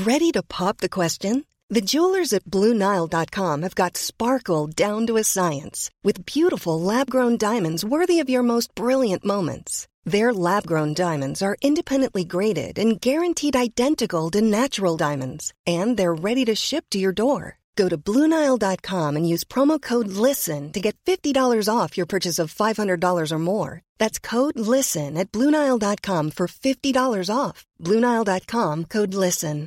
Ready to pop the question? The jewelers at BlueNile.com have got sparkle down to a science with beautiful lab-grown diamonds worthy of your most brilliant moments. Their lab-grown diamonds are independently graded and guaranteed identical to natural diamonds, and they're ready to ship to your door. Go to BlueNile.com and use promo code LISTEN to get $50 off your purchase of $500 or more. That's code LISTEN at BlueNile.com for $50 off. BlueNile.com, code LISTEN.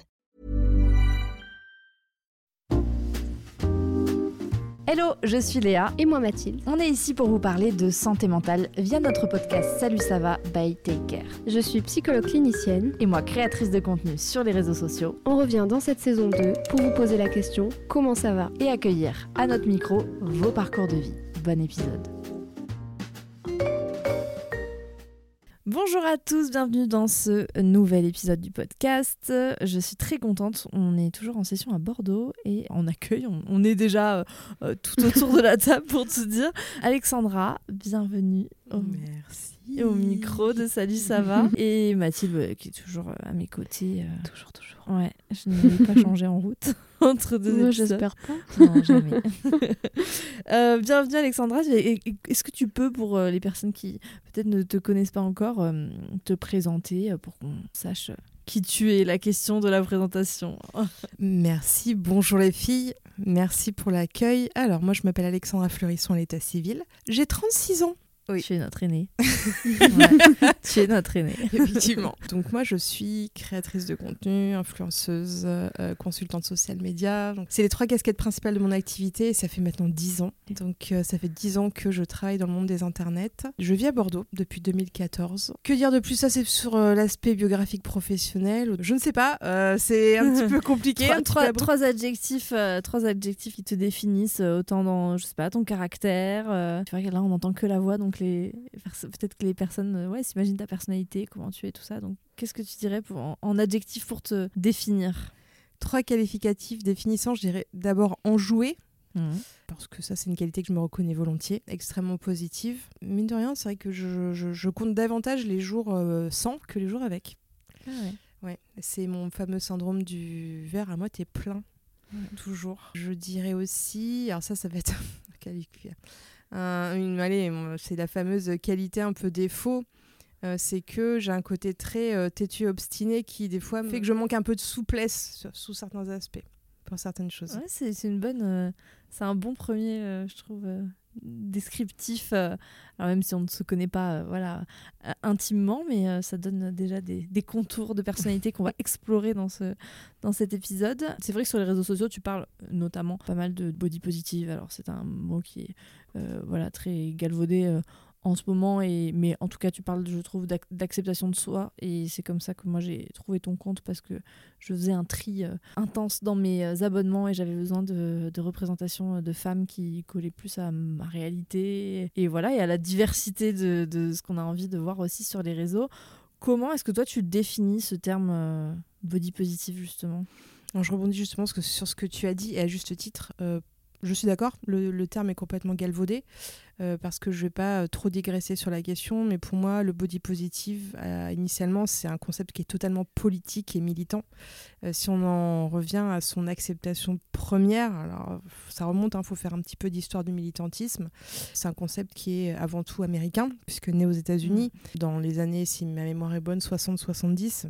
Hello, je suis Léa. Et moi Mathilde. On est ici pour vous parler de santé mentale via notre podcast Salut ça va by Take Care. Je suis psychologue clinicienne. Et moi créatrice de contenu sur les réseaux sociaux. On revient dans cette saison 2 pour vous poser la question « Comment ça va ?» et accueillir à notre micro vos parcours de vie. Bon épisode. Bonjour à tous, bienvenue dans ce nouvel épisode du podcast. Je suis très contente, on est toujours en session à Bordeaux et en accueil, on est déjà tout autour de la table pour tout dire. Alexandra, bienvenue. Merci. Au micro de Salut ça va. Et Mathilde qui est toujours à mes côtés. Toujours. Ouais, je n'ai pas changé en route entre deux Moi, épisodes. j'espère pas. Non, jamais. Bienvenue Alexandra. Est-ce que tu peux, pour les personnes qui peut-être ne te connaissent pas encore, te présenter pour qu'on sache qui tu es, la question de la présentation. Merci, bonjour les filles. Merci pour l'accueil. Alors, moi, je m'appelle Alexandra Fleurisson à l'état civil. J'ai 36 ans. Oui. Tu es notre aînée. Ouais, tu es notre aînée. Effectivement. Donc moi, je suis créatrice de contenu, influenceuse, consultante social média. Donc, c'est les 3 casquettes principales de mon activité et ça fait maintenant 10 ans. Donc ça fait 10 ans que je travaille dans le monde des internets. Je vis à Bordeaux depuis 2014. Que dire de plus? Ça, c'est sur l'aspect biographique professionnel. Je ne sais pas, c'est un petit peu compliqué. Trois adjectifs qui te définissent autant dans, je sais pas, ton caractère. Tu vois que là, on n'entend que la voix, donc peut-être que les personnes s'imaginent ta personnalité, comment tu es, tout ça. Donc qu'est-ce que tu dirais en adjectif pour te définir? 3 qualificatifs définissants, je dirais d'abord enjoué, parce que ça c'est une qualité que je me reconnais volontiers, extrêmement positive. Mine de rien, c'est vrai que je compte davantage les jours sans que les jours avec. Ah ouais, c'est mon fameux syndrome du verre à moitié plein, toujours. Je dirais aussi, alors ça va être qualifié. C'est la fameuse qualité un peu défaut, c'est que j'ai un côté très têtu et obstiné qui des fois fait que je manque un peu de souplesse sous certains aspects pour certaines choses. Ouais, c'est une bonne, c'est un bon premier, je trouve, descriptif. Alors même si on ne se connaît pas, intimement, mais ça donne déjà des contours de personnalité qu'on va explorer dans cet épisode. C'est vrai que sur les réseaux sociaux, tu parles notamment pas mal de body positive. Alors c'est un mot qui est très galvaudé en ce moment, mais en tout cas tu parles, je trouve, d'acceptation de soi, et c'est comme ça que moi j'ai trouvé ton compte, parce que je faisais un tri intense dans mes abonnements et j'avais besoin de représentation de femmes qui collaient plus à ma réalité et à la diversité de ce qu'on a envie de voir aussi sur les réseaux. Comment est-ce que toi tu définis ce terme body positive justement? Alors, je rebondis justement sur ce que tu as dit, et à juste titre. Je suis d'accord, le terme est complètement galvaudé, parce que je ne vais pas trop digresser sur la question, mais pour moi, le body positive, initialement, c'est un concept qui est totalement politique et militant. Si on en revient à son acceptation première, alors ça remonte, faut faire un petit peu d'histoire du militantisme. C'est un concept qui est avant tout américain, puisque né aux États-Unis, dans les années, si ma mémoire est bonne, 60-70.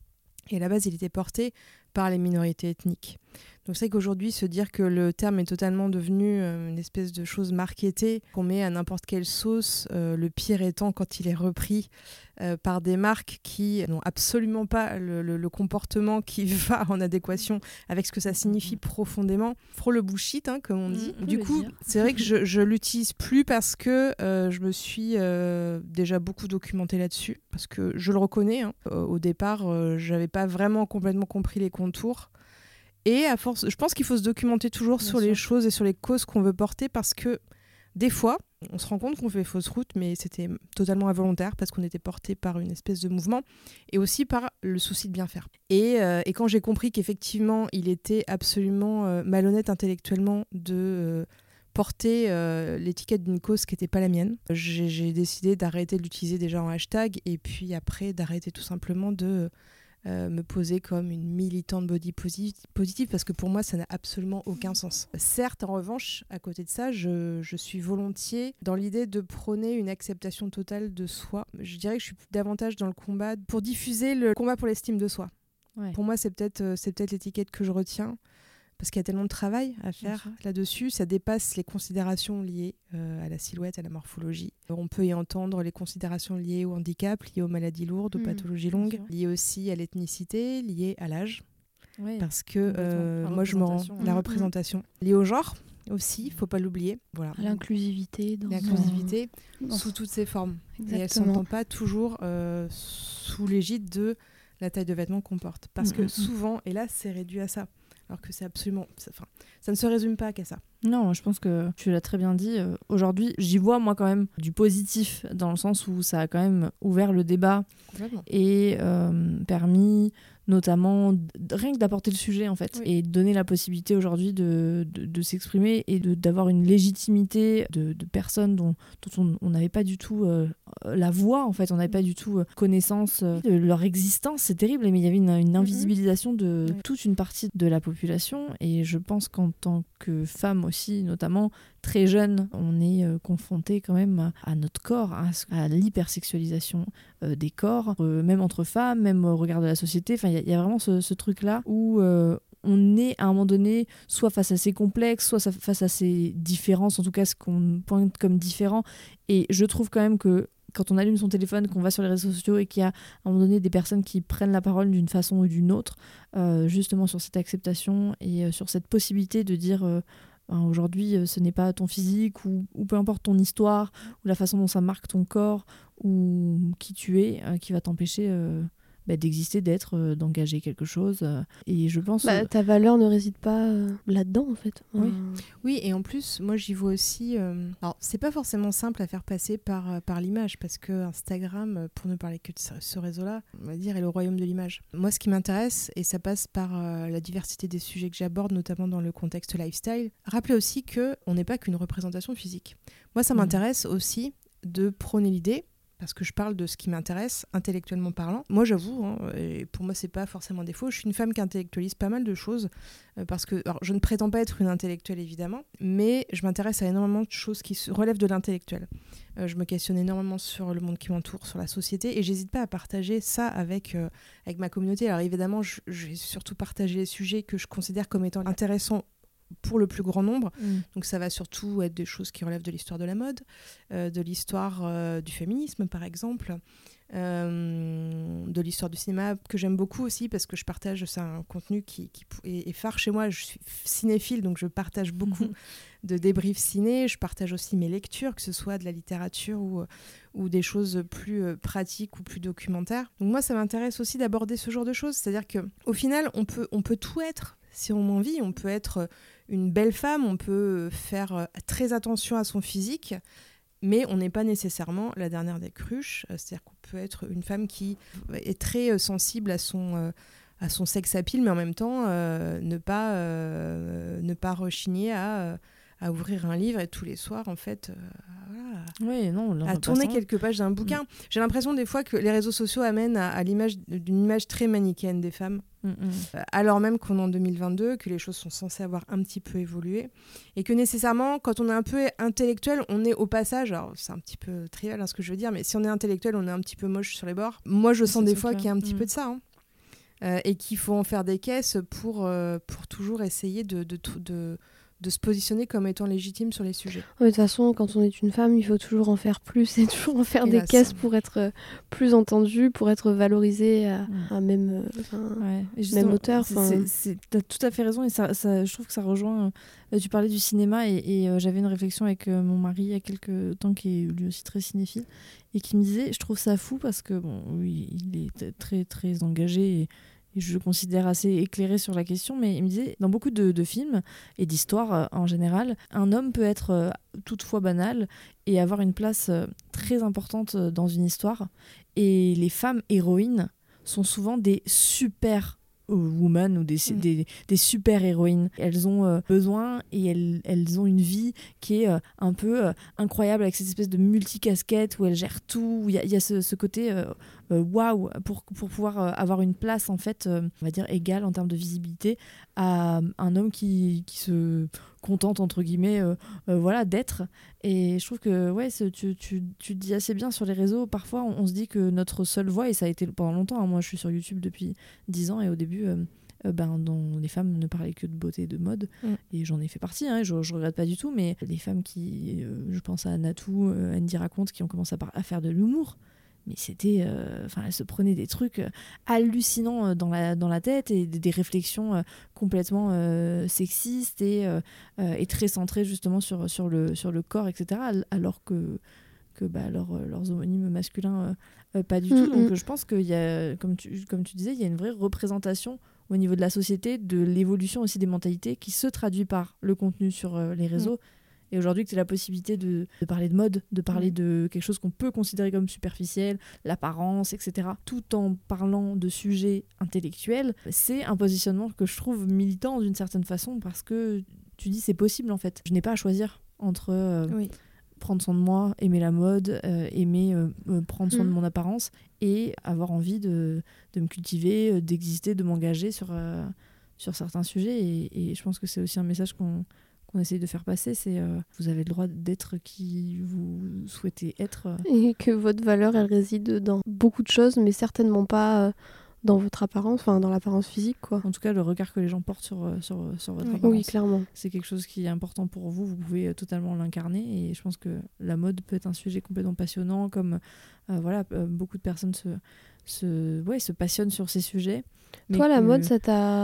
Et à la base, il était porté par les minorités ethniques. Donc c'est vrai qu'aujourd'hui, se dire que le terme est totalement devenu une espèce de chose marketée, qu'on met à n'importe quelle sauce, le pire étant quand il est repris par des marques qui n'ont absolument pas le comportement qui va en adéquation avec ce que ça signifie profondément. Frôle le bullshit, comme on dit. Du coup, c'est vrai que je l'utilise plus parce que je me suis déjà beaucoup documentée là-dessus, parce que je le reconnais. Au départ, j'avais pas vraiment complètement compris les contours. Et à force, je pense qu'il faut se documenter toujours sur les choses et sur les causes qu'on veut porter, parce que des fois, on se rend compte qu'on fait fausse route, mais c'était totalement involontaire parce qu'on était porté par une espèce de mouvement et aussi par le souci de bien faire. Et quand j'ai compris qu'effectivement, il était absolument malhonnête intellectuellement de porter l'étiquette d'une cause qui n'était pas la mienne, j'ai décidé d'arrêter de l'utiliser déjà en hashtag, et puis après d'arrêter tout simplement de me poser comme une militante body positive parce que pour moi ça n'a absolument aucun sens. Certes, en revanche, à côté de ça, je suis volontiers dans l'idée de prôner une acceptation totale de soi. Je dirais que je suis davantage dans le combat pour diffuser le combat pour l'estime de soi. Ouais. Pour moi, c'est peut-être l'étiquette que je retiens. Parce qu'il y a tellement de travail à faire là-dessus, ça dépasse les considérations liées à la silhouette, à la morphologie. On peut y entendre les considérations liées au handicap, liées aux maladies lourdes, aux pathologies longues, liées aussi à l'ethnicité, liées à l'âge. Ouais, parce que moi, je me rends la représentation. Liée au genre aussi, il ne faut pas l'oublier. Voilà. L'inclusivité. L'inclusivité sous toutes ses formes. Exactement. Et elle ne s'entend pas toujours sous l'égide de la taille de vêtements qu'on porte. Parce que souvent, et là, c'est réduit à ça. Alors que c'est absolument... ça ne se résume pas qu'à ça. Non, je pense que tu l'as très bien dit. Aujourd'hui, j'y vois moi quand même du positif dans le sens où ça a quand même ouvert le débat et permis notamment rien que d'apporter le sujet en fait et de donner la possibilité aujourd'hui de s'exprimer et d'avoir une légitimité de personnes dont on n'avait pas du tout la voix en fait, on n'avait pas du tout connaissance de leur existence. C'est terrible, mais il y avait une invisibilisation de toute une partie de la population et je pense qu'en tant que femme aussi notamment très jeune, on est confronté quand même à notre corps, à l'hypersexualisation des corps, même entre femmes, même au regard de la société. Enfin, il y a vraiment ce truc-là où on est à un moment donné soit face à ces complexes, soit face à ces différences, en tout cas ce qu'on pointe comme différent. Et je trouve quand même que quand on allume son téléphone, qu'on va sur les réseaux sociaux et qu'il y a à un moment donné des personnes qui prennent la parole d'une façon ou d'une autre, justement sur cette acceptation et sur cette possibilité de dire... aujourd'hui, ce n'est pas ton physique ou peu importe ton histoire ou la façon dont ça marque ton corps ou qui tu es qui va t'empêcher d'exister, d'être, d'engager quelque chose. Et je pense... ta valeur ne réside pas là-dedans, en fait. Oui, et en plus, moi, j'y vois aussi... Alors, c'est pas forcément simple à faire passer par l'image, parce que Instagram, pour ne parler que de ce réseau-là, on va dire, est le royaume de l'image. Moi, ce qui m'intéresse, et ça passe par la diversité des sujets que j'aborde, notamment dans le contexte lifestyle, rappelez aussi qu'on n'est pas qu'une représentation physique. Moi, ça m'intéresse aussi de prôner l'idée, parce que je parle de ce qui m'intéresse, intellectuellement parlant. Moi, j'avoue, et pour moi, c'est pas forcément défaut, je suis une femme qui intellectualise pas mal de choses, parce que alors, je ne prétends pas être une intellectuelle, évidemment, mais je m'intéresse à énormément de choses qui relèvent de l'intellectuel. Je me questionne énormément sur le monde qui m'entoure, sur la société, et j'hésite pas à partager ça avec ma communauté. Alors évidemment, je vais surtout partager les sujets que je considère comme étant intéressants pour le plus grand nombre. Donc ça va surtout être des choses qui relèvent de l'histoire de la mode, de l'histoire du féminisme par exemple, de l'histoire du cinéma que j'aime beaucoup aussi parce que je partage, c'est un contenu qui est phare chez moi. Je suis cinéphile donc je partage beaucoup de débriefs ciné, je partage aussi mes lectures, que ce soit de la littérature ou des choses plus pratiques ou plus documentaires. Donc moi ça m'intéresse aussi d'aborder ce genre de choses, c'est-à-dire qu'au final on peut tout être. Si on a envie, on peut être une belle femme, on peut faire très attention à son physique, mais on n'est pas nécessairement la dernière des cruches. C'est-à-dire qu'on peut être une femme qui est très sensible à son sex appeal, mais en même temps ne pas rechigner à ouvrir un livre et tous les soirs, en fait, à tourner quelques pages d'un bouquin. J'ai l'impression des fois que les réseaux sociaux amènent à l'image d'une image très manichéenne des femmes, alors même qu'on est en 2022, que les choses sont censées avoir un petit peu évolué, et que nécessairement, quand on est un peu intellectuel, on est au passage, alors c'est un petit peu trivial ce que je veux dire, mais si on est intellectuel, on est un petit peu moche sur les bords. Moi, je sens des fois qu'il y a un petit peu de ça, et qu'il faut en faire des caisses pour toujours essayer de se positionner comme étant légitime sur les sujets. De toute façon, quand on est une femme, il faut toujours en faire plus et toujours en faire des caisses pour être plus entendue, pour être valorisée à même hauteur. T'as tout à fait raison et ça, je trouve que ça rejoint... tu parlais du cinéma et j'avais une réflexion avec mon mari il y a quelques temps qui est lui aussi très cinéphile et qui me disait, je trouve ça fou parce que oui, il est très très engagé et je le considère assez éclairé sur la question, mais il me disait, dans beaucoup de films et d'histoires en général, un homme peut être toutefois banal et avoir une place très importante dans une histoire. Et les femmes héroïnes sont souvent des super woman ou des super héroïnes. Elles ont besoin et elles ont une vie qui est un peu incroyable avec cette espèce de multicasquette où elles gèrent tout. Il y a ce côté waouh pour pouvoir avoir une place en fait, on va dire égale en termes de visibilité à un homme qui se contente entre guillemets voilà d'être. Et je trouve que ouais, tu dis assez bien sur les réseaux. Parfois on se dit que notre seule voix, et ça a été pendant longtemps, hein. Moi je suis sur YouTube depuis 10 ans et au début dont les femmes ne parlaient que de beauté et de mode, et j'en ai fait partie, hein, je regrette pas du tout, mais les femmes qui, je pense à Natou, Andy Raconte, qui ont commencé à faire de l'humour, mais c'était elles se prenaient des trucs hallucinants dans la tête et des réflexions complètement sexistes et très centrées justement sur le corps, etc., alors que leurs homonymes masculins pas du tout. Donc je pense qu'il y a, comme tu disais, il y a une vraie représentation au niveau de la société de l'évolution aussi des mentalités qui se traduit par le contenu sur les réseaux. Et aujourd'hui que tu as la possibilité de parler de mode, de parler de quelque chose qu'on peut considérer comme superficiel, l'apparence, etc., tout en parlant de sujets intellectuels, c'est un positionnement que je trouve militant d'une certaine façon, parce que tu dis c'est possible en fait. Je n'ai pas à choisir entre prendre soin de moi, aimer la mode, aimer prendre soin de mon apparence et avoir envie de me cultiver, d'exister, de m'engager sur certains sujets. Et je pense que c'est aussi un message qu'on essaye de faire passer, c'est vous avez le droit d'être qui vous souhaitez être. Et que votre valeur, elle réside dans beaucoup de choses, mais certainement pas dans votre apparence, enfin dans l'apparence physique, quoi. En tout cas, le regard que les gens portent sur votre apparence. Oui, clairement. C'est quelque chose qui est important pour vous, vous pouvez totalement l'incarner, et je pense que la mode peut être un sujet complètement passionnant, comme beaucoup de personnes se passionnent sur ces sujets. Toi, la mode, ça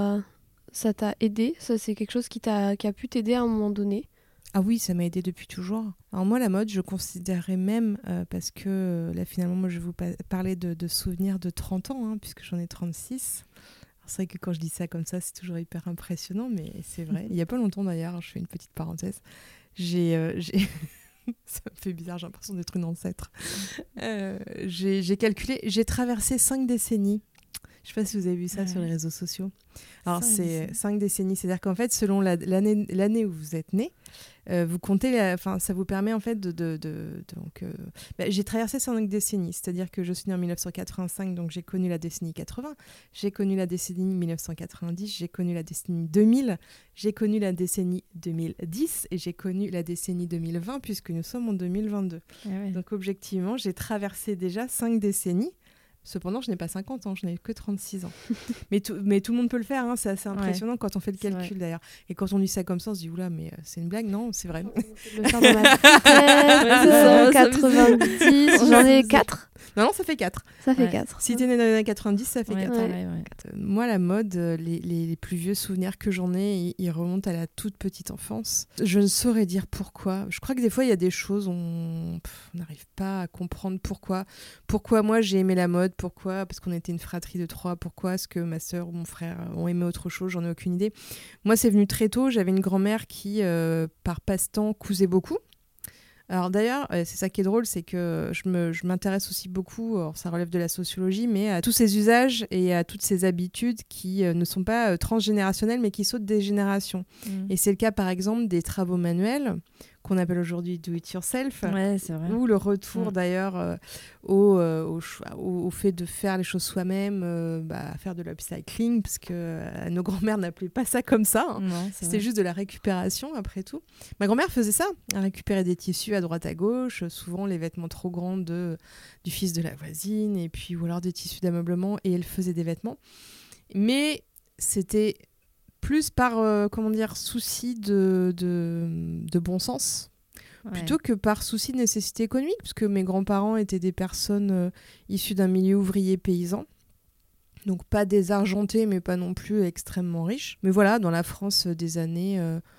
t'a aidé? Ça, c'est quelque chose qui a pu t'aider à un moment donné? Ah oui, ça m'a aidé depuis toujours. Alors moi, la mode, je considérais même, parce que là, finalement, moi, je vais vous parler de souvenirs de 30 ans, hein, puisque j'en ai 36. Alors, c'est vrai que quand je dis ça comme ça, c'est toujours hyper impressionnant, mais c'est vrai. Il n'y a pas longtemps, d'ailleurs, je fais une petite parenthèse, j'ai... Ça me fait bizarre, j'ai l'impression d'être une ancêtre. J'ai calculé, j'ai traversé 5 décennies. Je ne sais pas si vous avez vu ça sur les réseaux sociaux. Alors, c'est 5 décennies. C'est-à-dire qu'en fait, selon l'année où vous êtes né, vous comptez, ça vous permet en fait j'ai traversé 5 décennies. C'est-à-dire que je suis née en 1985, donc j'ai connu la décennie 80. J'ai connu la décennie 1990. J'ai connu la décennie 2000. J'ai connu la décennie 2010. Et j'ai connu la décennie 2020, puisque nous sommes en 2022. Donc, objectivement, j'ai traversé déjà 5 décennies. Cependant, je n'ai pas 50 ans, je n'ai que 36 ans. mais tout le monde peut le faire, hein, c'est assez impressionnant quand on fait le calcul d'ailleurs. Et quand on dit ça comme ça, on se dit oula, mais c'est une blague? Non, c'est vrai. Je vais le faire dans ma 90, j'en ai 4. Non, ça fait 4. Ça fait 4. Si t'es né dans les années 90, ça fait 4. Moi, la mode, les plus vieux souvenirs que j'en ai, ils remontent à la toute petite enfance. Je ne saurais dire pourquoi. Je crois que des fois, il y a des choses où on n'arrive pas à comprendre pourquoi. Pourquoi moi, j'ai aimé la mode? Pourquoi? Parce qu'on était une fratrie de 3. Pourquoi est-ce que ma sœur ou mon frère ont aimé autre chose? J'en ai aucune idée. Moi, c'est venu très tôt. J'avais une grand-mère qui, par passe-temps, cousait beaucoup. Alors d'ailleurs, c'est ça qui est drôle, c'est que je m'intéresse aussi beaucoup, alors ça relève de la sociologie, mais à tous ces usages et à toutes ces habitudes qui ne sont pas transgénérationnelles, mais qui sautent des générations. Et c'est le cas par exemple des travaux manuels, qu'on appelle aujourd'hui do it yourself, c'est vrai. Ou le retour d'ailleurs au fait de faire les choses soi-même, faire de l'upcycling, parce que nos grand-mères n'appelaient pas ça comme ça, hein. Non, c'était juste de la récupération après tout. Ma grand-mère faisait ça, elle récupérait des tissus à droite à gauche, souvent les vêtements trop grands du fils de la voisine, et puis ou alors des tissus d'ameublement, et elle faisait des vêtements, mais c'était plus par souci de bon sens, plutôt que par souci de nécessité économique, puisque mes grands-parents étaient des personnes issues d'un milieu ouvrier paysan, donc pas désargentés, mais pas non plus extrêmement riches. Mais voilà, dans la France des années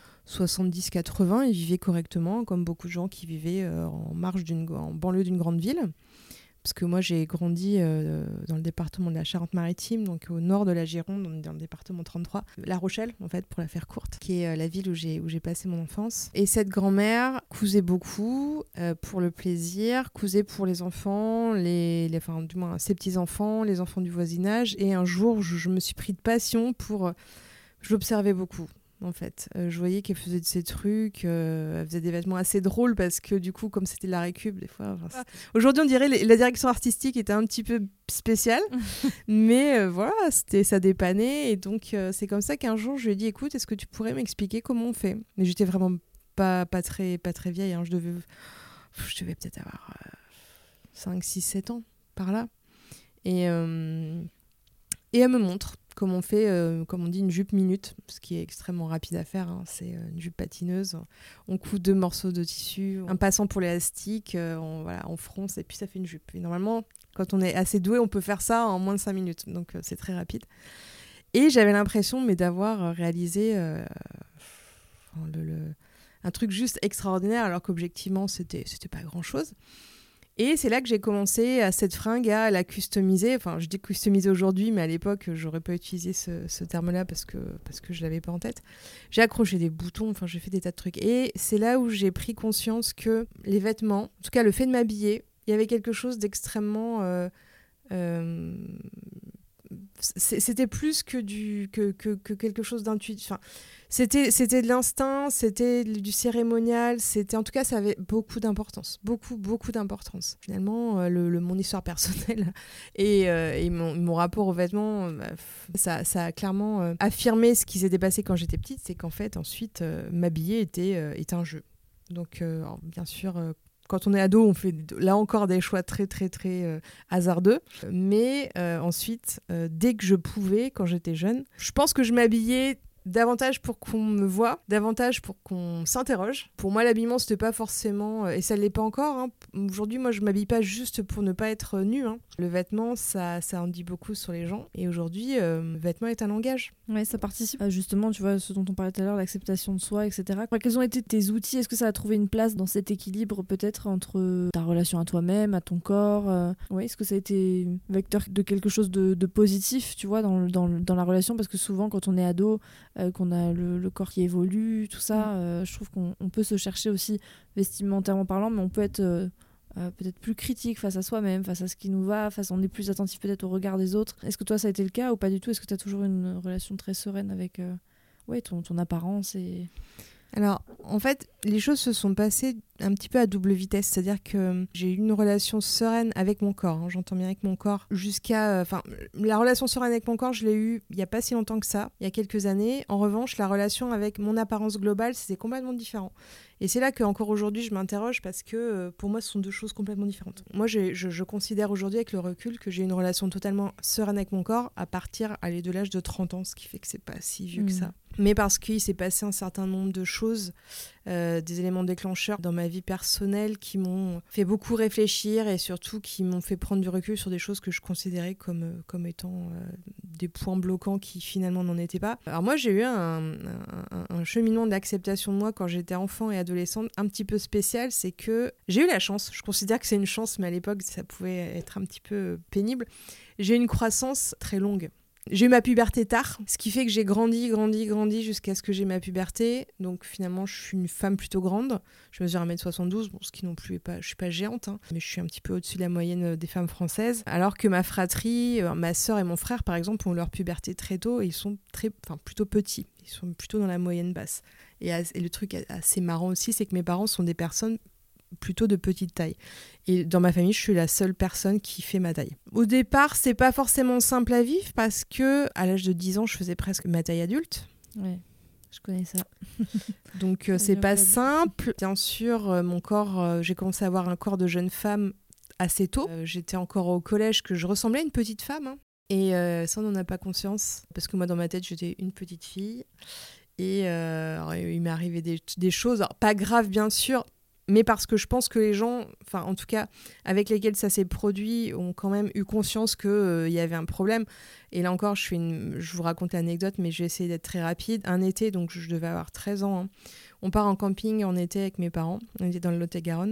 70-80, ils vivaient correctement, comme beaucoup de gens qui vivaient en banlieue d'une grande ville. parce que moi j'ai grandi dans le département de la Charente-Maritime, donc au nord de la Gironde, dans le département 33, La Rochelle en fait pour la faire courte, qui est la ville où j'ai passé mon enfance. Et cette grand-mère cousait beaucoup pour le plaisir, cousait pour les enfants, enfin du moins ses petits-enfants, les enfants du voisinage. Et un jour je me suis pris de passion pour... je l'observais beaucoup. En fait, je voyais qu'elle faisait de ces trucs, elle faisait des vêtements assez drôles parce que du coup, comme c'était de la récup, des fois. Aujourd'hui, on dirait la direction artistique était un petit peu spéciale, mais voilà, ça dépannait et donc c'est comme ça qu'un jour je lui ai dit, écoute, est-ce que tu pourrais m'expliquer comment on fait ? Mais j'étais vraiment pas très vieille, hein. Je devais peut-être avoir 5, 6, 7 ans par là, et elle me montre comment on fait, comme on dit, une jupe minute, ce qui est extrêmement rapide à faire, hein. C'est une jupe patineuse. On coud 2 morceaux de tissu, un passant pour l'élastique, on fronce et puis ça fait une jupe. Et normalement, quand on est assez doué, on peut faire ça en moins de 5 minutes. Donc c'est très rapide. Et j'avais l'impression d'avoir réalisé un truc juste extraordinaire, alors qu'objectivement, c'était pas grand-chose. Et c'est là que j'ai commencé à cette fringue à la customiser. Enfin, je dis customiser aujourd'hui, mais à l'époque, j'aurais pas utilisé ce terme-là parce que je l'avais pas en tête. J'ai accroché des boutons, enfin, j'ai fait des tas de trucs. Et c'est là où j'ai pris conscience que les vêtements, en tout cas le fait de m'habiller, il y avait quelque chose d'extrêmement... c'était plus que quelque chose d'intuitif. Enfin, c'était de l'instinct, c'était du cérémonial, en tout cas ça avait beaucoup d'importance, beaucoup d'importance. Finalement, mon histoire personnelle et mon rapport aux vêtements, ça a clairement affirmé ce qui s'était passé quand j'étais petite, c'est qu'en fait ensuite m'habiller était un jeu. Donc bien sûr. Quand on est ado, on fait là encore des choix très hasardeux. Mais ensuite, dès que je pouvais, quand j'étais jeune, je pense que je m'habillais davantage pour qu'on me voie, davantage pour qu'on s'interroge. Pour moi, l'habillement, c'était pas forcément... et ça l'est pas encore, hein. Aujourd'hui, moi, je m'habille pas juste pour ne pas être nue, hein. Le vêtement, ça en dit beaucoup sur les gens. Et aujourd'hui, le vêtement est un langage. Ouais, ça participe à justement, tu vois, ce dont on parlait tout à l'heure, l'acceptation de soi, etc. Enfin, quels ont été tes outils ? Est-ce que ça a trouvé une place dans cet équilibre, peut-être, entre ta relation à toi-même, à ton corps ouais, est-ce que ça a été vecteur de quelque chose de positif, tu vois, dans la relation ? Parce que souvent, quand on est ado, qu'on a le corps qui évolue, tout ça, je trouve qu'on peut se chercher aussi vestimentairement parlant, mais on peut être peut-être plus critique face à soi-même, face à ce qui nous va, on est plus attentif peut-être au regard des autres. Est-ce que toi ça a été le cas ou pas du tout ? Est-ce que tu as toujours une relation très sereine avec ton apparence Alors, en fait, les choses se sont passées un petit peu à double vitesse. C'est-à-dire que j'ai eu une relation sereine avec mon corps. Hein, j'entends bien avec mon corps. La relation sereine avec mon corps, je l'ai eue il n'y a pas si longtemps que ça, il y a quelques années. En revanche, la relation avec mon apparence globale, c'était complètement différent. Et c'est là qu'encore aujourd'hui, je m'interroge parce que pour moi, ce sont deux choses complètement différentes. Moi, je considère aujourd'hui avec le recul que j'ai une relation totalement sereine avec mon corps à partir de l'âge de 30 ans, ce qui fait que c'est pas si vieux que ça. Mais parce qu'il s'est passé un certain nombre de choses, des éléments déclencheurs dans ma vie personnelle qui m'ont fait beaucoup réfléchir et surtout qui m'ont fait prendre du recul sur des choses que je considérais comme étant des points bloquants qui finalement n'en étaient pas. Alors moi, j'ai eu un cheminement d'acceptation de moi quand j'étais enfant et adolescente un petit peu spécial, c'est que j'ai eu la chance, je considère que c'est une chance, mais à l'époque, ça pouvait être un petit peu pénible. J'ai eu une croissance très longue. J'ai eu ma puberté tard, ce qui fait que j'ai grandi jusqu'à ce que j'ai ma puberté. Donc finalement, je suis une femme plutôt grande. Je mesure 1m72, ce qui non plus est pas... Je suis pas géante, hein, mais je suis un petit peu au-dessus de la moyenne des femmes françaises. Alors que ma fratrie, ma sœur et mon frère, par exemple, ont leur puberté très tôt et ils sont plutôt petits. Ils sont plutôt dans la moyenne basse. Et le truc assez marrant aussi, c'est que mes parents sont des personnes plutôt de petite taille. Et dans ma famille, je suis la seule personne qui fait ma taille. Au départ, c'est pas forcément simple à vivre parce que à l'âge de 10 ans, je faisais presque ma taille adulte. Ouais, je connais ça. Donc c'est pas simple. Bien sûr, mon corps, j'ai commencé à avoir un corps de jeune femme assez tôt. J'étais encore au collège que je ressemblais à une petite femme. Hein. Et ça, on n'en a pas conscience. Parce que moi, dans ma tête, j'étais une petite fille. Et il m'est arrivé des choses, alors, pas graves bien sûr, mais parce que je pense que les gens, enfin en tout cas avec lesquels ça s'est produit, ont quand même eu conscience qu'il y avait un problème. Et là encore, je vous raconte l'anecdote, mais je vais essayer d'être très rapide. Un été, donc je devais avoir 13 ans, hein. On part en camping en été avec mes parents, on était dans le Lot-et-Garonne.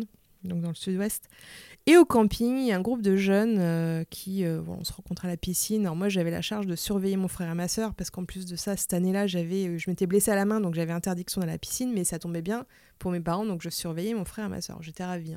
donc dans le sud-ouest. Et au camping, il y a un groupe de jeunes qui on se rencontre à la piscine. Alors moi, j'avais la charge de surveiller mon frère et ma sœur parce qu'en plus de ça, cette année-là, je m'étais blessée à la main, donc j'avais interdiction à la piscine, mais ça tombait bien pour mes parents, donc je surveillais mon frère et ma sœur. J'étais ravie.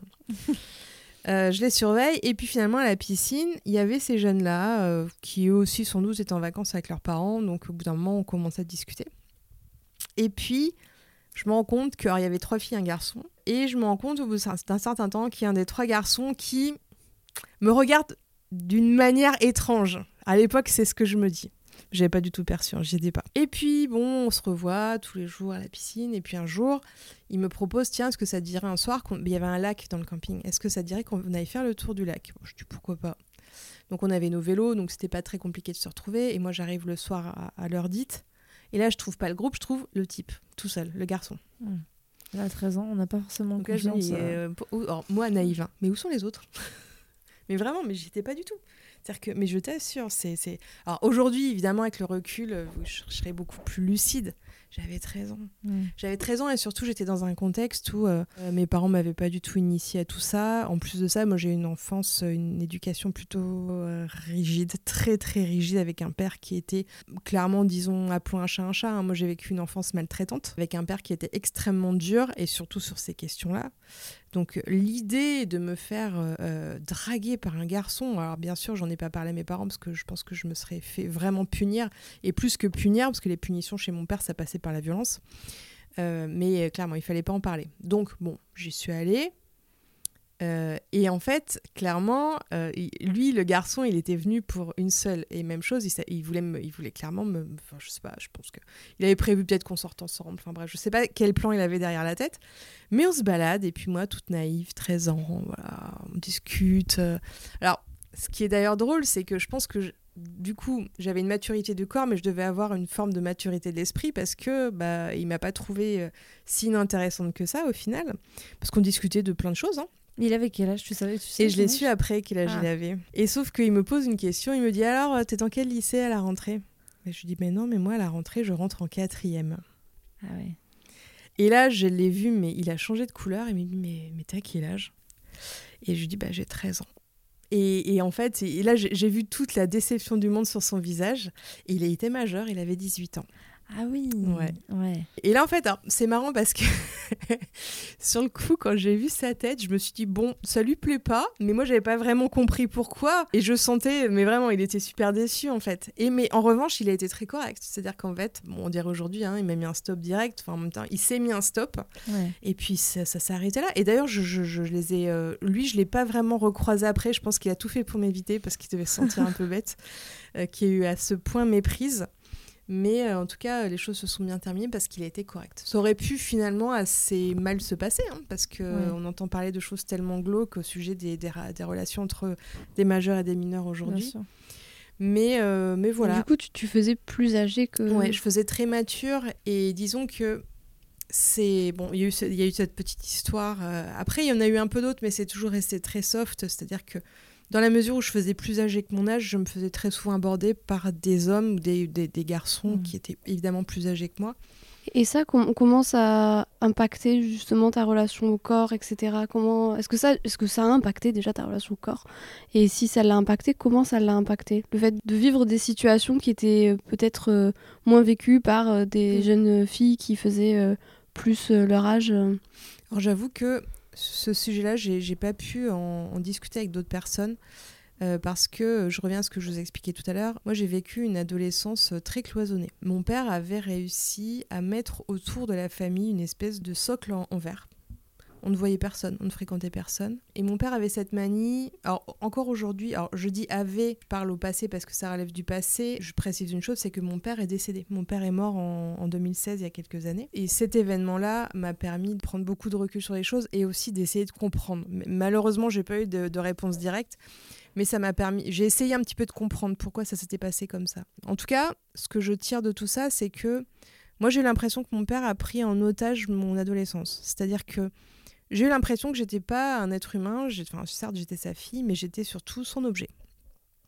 Je les surveille et puis finalement à la piscine, il y avait ces jeunes-là qui eux aussi sans doute étaient en vacances avec leurs parents, donc au bout d'un moment, on commençait à discuter. Et puis, je me rends compte qu'il y avait 3 filles et un garçon. Et je me rends compte au bout d'un certain temps qu'il y a un des 3 garçons qui me regarde d'une manière étrange. À l'époque, c'est ce que je me dis. J'avais pas du tout perçu, j'y étais pas. Et puis, on se revoit tous les jours à la piscine. Et puis un jour, il me propose, tiens, est-ce que ça te dirait un soir il y avait un lac dans le camping. Est-ce que ça te dirait qu'on aille faire le tour du lac ? Je dis, pourquoi pas ? Donc on avait nos vélos, donc c'était pas très compliqué de se retrouver. Et moi, j'arrive le soir à l'heure dite. Et là, je trouve pas le groupe, je trouve le type, tout seul, le garçon. Là, à 13 ans, on n'a pas forcément confiance. Alors, moi, naïve, hein. Mais où sont les autres ? Mais vraiment, mais j'étais pas du tout. C'est-à-dire que, mais je t'assure, Alors aujourd'hui, évidemment, avec le recul, je serais beaucoup plus lucide. J'avais 13 ans. J'avais 13 ans et surtout, j'étais dans un contexte où mes parents m'avaient pas du tout initiée à tout ça. En plus de ça, moi, j'ai eu une enfance, une éducation plutôt rigide, très, très rigide, avec un père qui était clairement, disons, appelons un chat, hein. Moi, j'ai vécu une enfance maltraitante, avec un père qui était extrêmement dur et surtout sur ces questions-là. Donc l'idée de me faire draguer par un garçon, alors bien sûr j'en ai pas parlé à mes parents parce que je pense que je me serais fait vraiment punir, et plus que punir, parce que les punitions chez mon père ça passait par la violence, mais clairement il fallait pas en parler. Donc j'y suis allée, et en fait clairement lui le garçon il était venu pour une seule et même chose, il voulait clairement je sais pas, je pense que il avait prévu peut-être qu'on sorte ensemble, enfin bref, je sais pas quel plan il avait derrière la tête, mais on se balade et puis moi toute naïve, 13 ans, voilà, on discute. Alors ce qui est d'ailleurs drôle, c'est que je pense que du coup j'avais une maturité de corps, mais je devais avoir une forme de maturité de l'esprit parce que il m'a pas trouvée si inintéressante que ça au final, parce qu'on discutait de plein de choses, hein. Il avait quel âge, tu sais, Et je l'ai su après quel âge il avait. Et sauf qu'il me pose une question, il me dit alors, t'es dans quel lycée à la rentrée ? Et je lui dis mais non, mais moi à la rentrée je rentre en 4e. Ah ouais. Et là je l'ai vu, mais il a changé de couleur, il me dit mais t'as quel âge ? Et je lui dis j'ai 13 ans. Et en fait, et là j'ai vu toute la déception du monde sur son visage, et il était majeur, il avait 18 ans. Ah oui. Ouais. Et là en fait, alors, c'est marrant parce que sur le coup, quand j'ai vu sa tête, je me suis dit ça lui plaît pas, mais moi j'avais pas vraiment compris pourquoi, et je sentais, mais vraiment il était super déçu en fait. Mais en revanche il a été très correct, c'est-à-dire qu'en fait, on dirait aujourd'hui, hein, il m'a mis un stop direct, enfin en même temps il s'est mis un stop, et puis ça s'est arrêté là. Et d'ailleurs je les ai, lui je l'ai pas vraiment recroisé après, je pense qu'il a tout fait pour m'éviter parce qu'il devait se sentir un peu bête, qu'il y a eu à ce point méprise. Mais en tout cas, les choses se sont bien terminées parce qu'il a été correct. Ça aurait pu finalement assez mal se passer, hein, parce qu'on entend parler de choses tellement glauques au sujet des relations entre des majeurs et des mineurs aujourd'hui. Mais voilà. Du coup, tu faisais plus âgé que... Ouais, je faisais très mature, et disons que il y a eu cette petite histoire. Après, il y en a eu un peu d'autres, mais c'est toujours resté très soft, c'est-à-dire que dans la mesure où je faisais plus âgé que mon âge, je me faisais très souvent aborder par des hommes ou des garçons qui étaient évidemment plus âgés que moi. Et ça, comment ça a impacté justement ta relation au corps, etc. Est-ce que ça a impacté déjà ta relation au corps ? Et si ça l'a impacté, comment ça l'a impacté ? Le fait de vivre des situations qui étaient peut-être moins vécues par des jeunes filles qui faisaient plus leur âge. Alors j'avoue que ce sujet-là, j'ai pas pu en discuter avec d'autres personnes parce que je reviens à ce que je vous expliquais tout à l'heure. Moi, j'ai vécu une adolescence très cloisonnée. Mon père avait réussi à mettre autour de la famille une espèce de socle en verre. On ne voyait personne, on ne fréquentait personne. Et mon père avait cette manie, alors encore aujourd'hui, alors je dis avait, je parle au passé parce que ça relève du passé, je précise une chose, c'est que mon père est décédé. Mon père est mort en 2016, il y a quelques années. Et cet événement-là m'a permis de prendre beaucoup de recul sur les choses et aussi d'essayer de comprendre. Malheureusement, j'ai pas eu de réponse directe, mais ça m'a permis, j'ai essayé un petit peu de comprendre pourquoi ça s'était passé comme ça. En tout cas, ce que je tire de tout ça, c'est que moi j'ai eu l'impression que mon père a pris en otage mon adolescence. C'est-à-dire que j'ai eu l'impression que j'étais pas un être humain, certes j'étais sa fille, mais j'étais surtout son objet.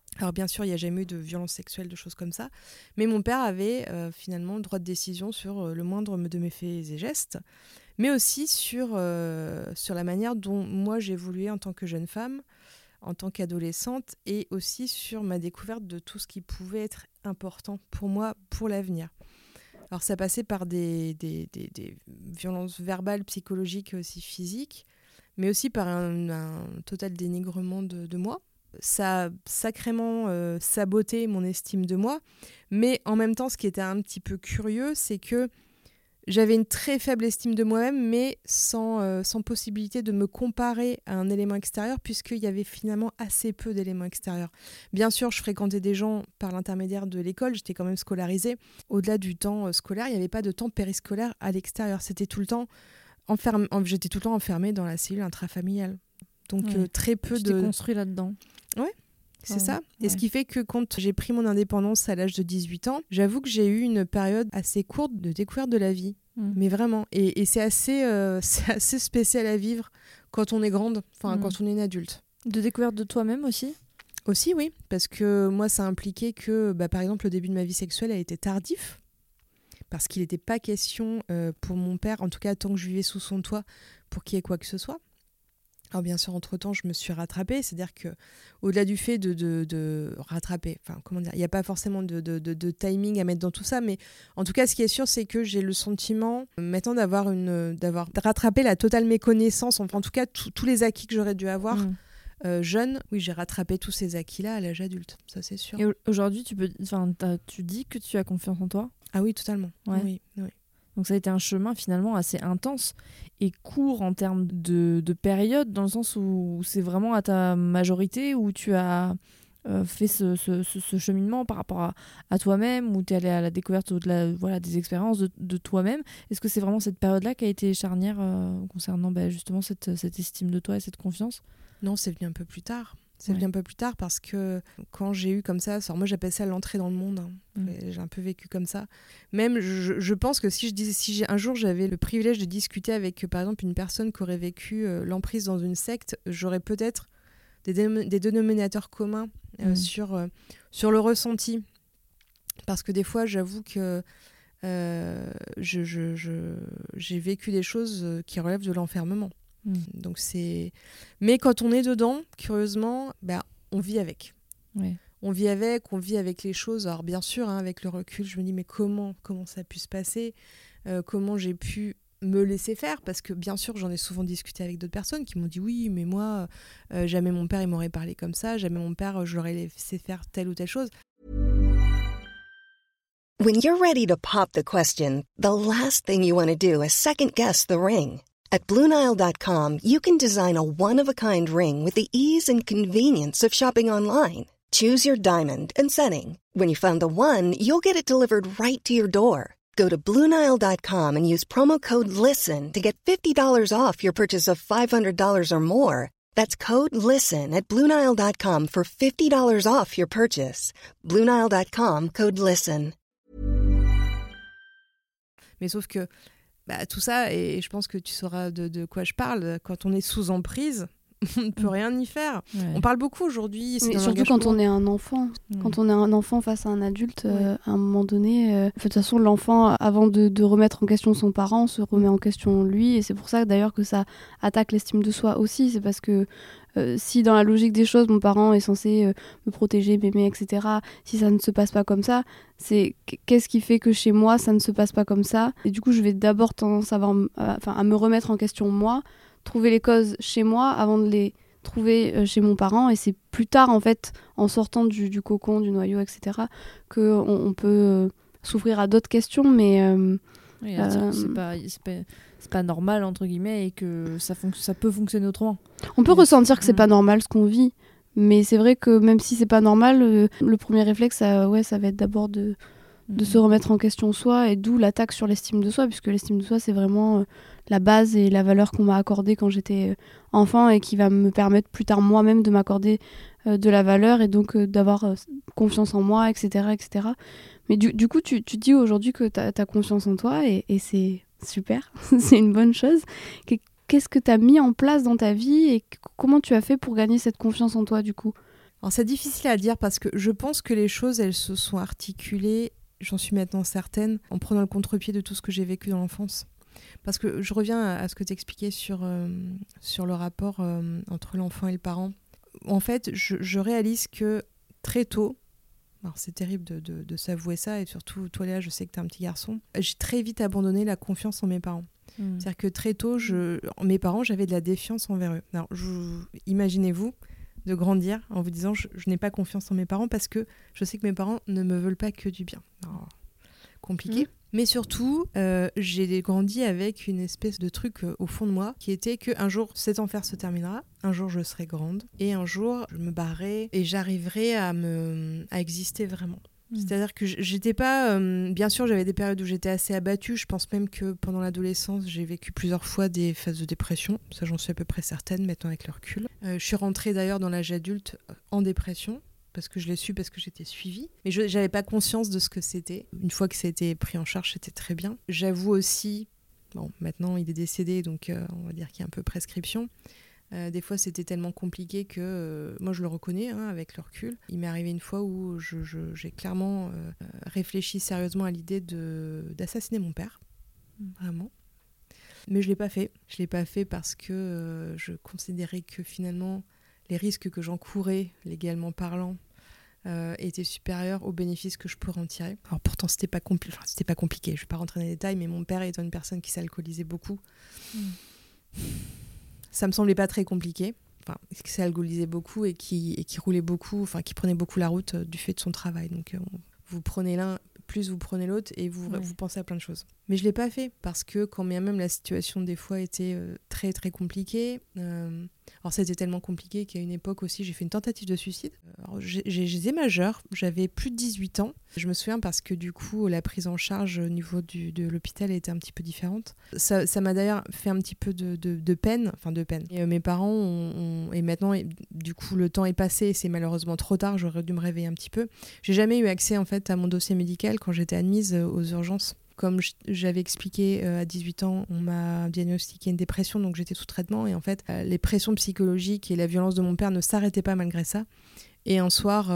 Alors bien sûr, il n'y a jamais eu de violence sexuelle, de choses comme ça, mais mon père avait finalement le droit de décision sur le moindre de mes faits et gestes, mais aussi sur la manière dont moi j'évoluais en tant que jeune femme, en tant qu'adolescente, et aussi sur ma découverte de tout ce qui pouvait être important pour moi, pour l'avenir. Alors ça passait par des violences verbales, psychologiques, aussi physiques, mais aussi par un total dénigrement de moi. Ça a sacrément saboté mon estime de moi, mais en même temps, ce qui était un petit peu curieux, c'est que j'avais une très faible estime de moi-même, mais sans possibilité de me comparer à un élément extérieur, puisqu'il y avait finalement assez peu d'éléments extérieurs. Bien sûr, je fréquentais des gens par l'intermédiaire de l'école, j'étais quand même scolarisée. Au-delà du temps scolaire, il n'y avait pas de temps périscolaire à l'extérieur. C'était tout le temps j'étais tout le temps enfermée dans la cellule intrafamiliale. Donc très peu tu de... t'es construit là-dedans. Ouais. C'est ça. Et ce qui fait que quand j'ai pris mon indépendance à l'âge de 18 ans, j'avoue que j'ai eu une période assez courte de découverte de la vie. Mais vraiment. Et c'est assez spécial à vivre quand on est grande, quand on est une adulte. De découverte de toi-même aussi ? Aussi, oui. Parce que moi, ça impliquait que, par exemple, le début de ma vie sexuelle a été tardif. Parce qu'il n'était pas question pour mon père, en tout cas tant que je vivais sous son toit, pour qu'il y ait quoi que ce soit. Alors bien sûr, entre-temps, je me suis rattrapée, c'est-à-dire qu'au-delà du fait de rattraper, il n'y a pas forcément de timing à mettre dans tout ça, mais en tout cas, ce qui est sûr, c'est que j'ai le sentiment maintenant d'avoir rattrapé la totale méconnaissance, en tout cas, tous les acquis que j'aurais dû avoir jeune. Oui, j'ai rattrapé tous ces acquis-là à l'âge adulte, ça c'est sûr. Et aujourd'hui, tu dis que tu as confiance en toi ? Ah oui, totalement. Ouais. Oui. Donc ça a été un chemin finalement assez intense et court en termes de période, dans le sens où c'est vraiment à ta majorité où tu as fait ce cheminement par rapport à toi-même, où tu es allé à la découverte des expériences de toi-même. Est-ce que c'est vraiment cette période-là qui a été charnière concernant justement cette estime de toi et cette confiance ? Non, c'est venu un peu plus tard. C'est venu un peu plus tard parce que quand j'ai eu comme ça, moi j'appelle ça l'entrée dans le monde, j'ai un peu vécu comme ça. Même je pense que si un jour j'avais le privilège de discuter avec par exemple une personne qui aurait vécu l'emprise dans une secte, j'aurais peut-être des dénominateurs communs sur le ressenti. Parce que des fois j'avoue que j'ai vécu des choses qui relèvent de l'enfermement. Donc mais quand on est dedans, curieusement, on vit avec. On vit avec les choses. Alors bien sûr, avec le recul, je me dis mais comment ça a pu se passer, comment j'ai pu me laisser faire, parce que bien sûr j'en ai souvent discuté avec d'autres personnes qui m'ont dit oui mais moi jamais mon père il m'aurait parlé comme ça, jamais mon père je l'aurais laissé faire telle ou telle chose. When you're ready to pop the question, the last thing you want to do is second guess the ring. At BlueNile.com, you can design a one-of-a-kind ring with the ease and convenience of shopping online. Choose your diamond and setting. When you find the one, you'll get it delivered right to your door. Go to BlueNile.com and use promo code LISTEN to get $50 off your purchase of $500 or more. That's code LISTEN at BlueNile.com for $50 off your purchase. BlueNile.com, code LISTEN. Mais sauf que tout ça, et je pense que tu sauras de quoi je parle, quand on est sous emprise, on ne peut rien y faire. On parle beaucoup aujourd'hui. Surtout quand on est un enfant. Quand on est un enfant face à un adulte, à un moment donné, de toute façon, l'enfant, avant de remettre en question son parent, se remet en question lui. Et c'est pour ça d'ailleurs que ça attaque l'estime de soi aussi. C'est parce que si dans la logique des choses, mon parent est censé me protéger, m'aimer, etc., si ça ne se passe pas comme ça, c'est qu'est-ce qui fait que chez moi, ça ne se passe pas comme ça ? Et du coup, je vais d'abord tendance à me remettre en question moi, trouver les causes chez moi avant de les trouver chez mon parent. Et c'est plus tard, en fait, en sortant du cocon, du noyau, etc., qu'on peut s'ouvrir à d'autres questions, mais... c'est pas normal entre guillemets et que ça peut fonctionner autrement. On peut ressentir que c'est pas normal ce qu'on vit, mais c'est vrai que même si c'est pas normal, le premier réflexe ça va être d'abord de se remettre en question soi, et d'où l'attaque sur l'estime de soi, puisque l'estime de soi c'est vraiment la base et la valeur qu'on m'a accordée quand j'étais enfant et qui va me permettre plus tard moi-même de m'accorder de la valeur et donc d'avoir confiance en moi, etc. etc. Mais du coup, tu dis aujourd'hui que tu as confiance en toi et c'est super, c'est une bonne chose. Qu'est-ce que tu as mis en place dans ta vie et comment tu as fait pour gagner cette confiance en toi du coup ? Alors c'est difficile à dire parce que je pense que les choses, elles se sont articulées, j'en suis maintenant certaine, en prenant le contre-pied de tout ce que j'ai vécu dans l'enfance. Parce que je reviens à ce que tu expliquais sur le rapport entre l'enfant et le parent. En fait, je réalise que très tôt, alors c'est terrible de s'avouer ça, et surtout toi Léa, je sais que tu es un petit garçon, j'ai très vite abandonné la confiance en mes parents. C'est-à-dire que très tôt, mes parents, j'avais de la défiance envers eux. Alors, imaginez-vous de grandir en vous disant je n'ai pas confiance en mes parents parce que je sais que mes parents ne me veulent pas que du bien. Alors, compliqué. Mais surtout, j'ai grandi avec une espèce de truc au fond de moi qui était qu'un jour, cet enfer se terminera, un jour je serai grande et un jour je me barrerai et j'arriverai à exister vraiment. C'est-à-dire que j'étais pas... bien sûr, j'avais des périodes où j'étais assez abattue. Je pense même que pendant l'adolescence, j'ai vécu plusieurs fois des phases de dépression. Ça, j'en suis à peu près certaine, maintenant avec le recul. Je suis rentrée d'ailleurs dans l'âge adulte en dépression, parce que je l'ai su, parce que j'étais suivie. Mais je n'avais pas conscience de ce que c'était. Une fois que ça a été pris en charge, c'était très bien. J'avoue aussi... Bon, maintenant, il est décédé, donc on va dire qu'il y a un peu prescription. Des fois, c'était tellement compliqué que moi, je le reconnais avec le recul. Il m'est arrivé une fois où j'ai clairement réfléchi sérieusement à l'idée d'assassiner mon père, vraiment. Mais je l'ai pas fait. Je l'ai pas fait parce que je considérais que finalement, les risques que j'encourais, légalement parlant, étaient supérieurs aux bénéfices que je pourrais en tirer. Alors pourtant, c'était pas compliqué. Je vais pas rentrer dans les détails, mais mon père étant une personne qui s'alcoolisait beaucoup. Ça me semblait pas très compliqué, qui s'alcoolisait beaucoup et qui roulait beaucoup, qui prenait beaucoup la route du fait de son travail. Donc vous prenez l'un, plus vous prenez l'autre et vous pensez à plein de choses. Mais je l'ai pas fait parce que quand bien même la situation des fois était très très compliquée, alors c'était tellement compliqué qu'à une époque aussi j'ai fait une tentative de suicide. Alors, j'étais majeure, j'avais plus de 18 ans. Je me souviens parce que du coup la prise en charge au niveau de l'hôpital était un petit peu différente. Ça m'a d'ailleurs fait un petit peu de peine. Et mes parents et maintenant du coup le temps est passé et c'est malheureusement trop tard, j'aurais dû me réveiller un petit peu. J'ai jamais eu accès en fait à mon dossier médical quand j'étais admise aux urgences. Comme j'avais expliqué à 18 ans, on m'a diagnostiqué une dépression, donc j'étais sous traitement. Et en fait, les pressions psychologiques et la violence de mon père ne s'arrêtaient pas malgré ça. Et un soir,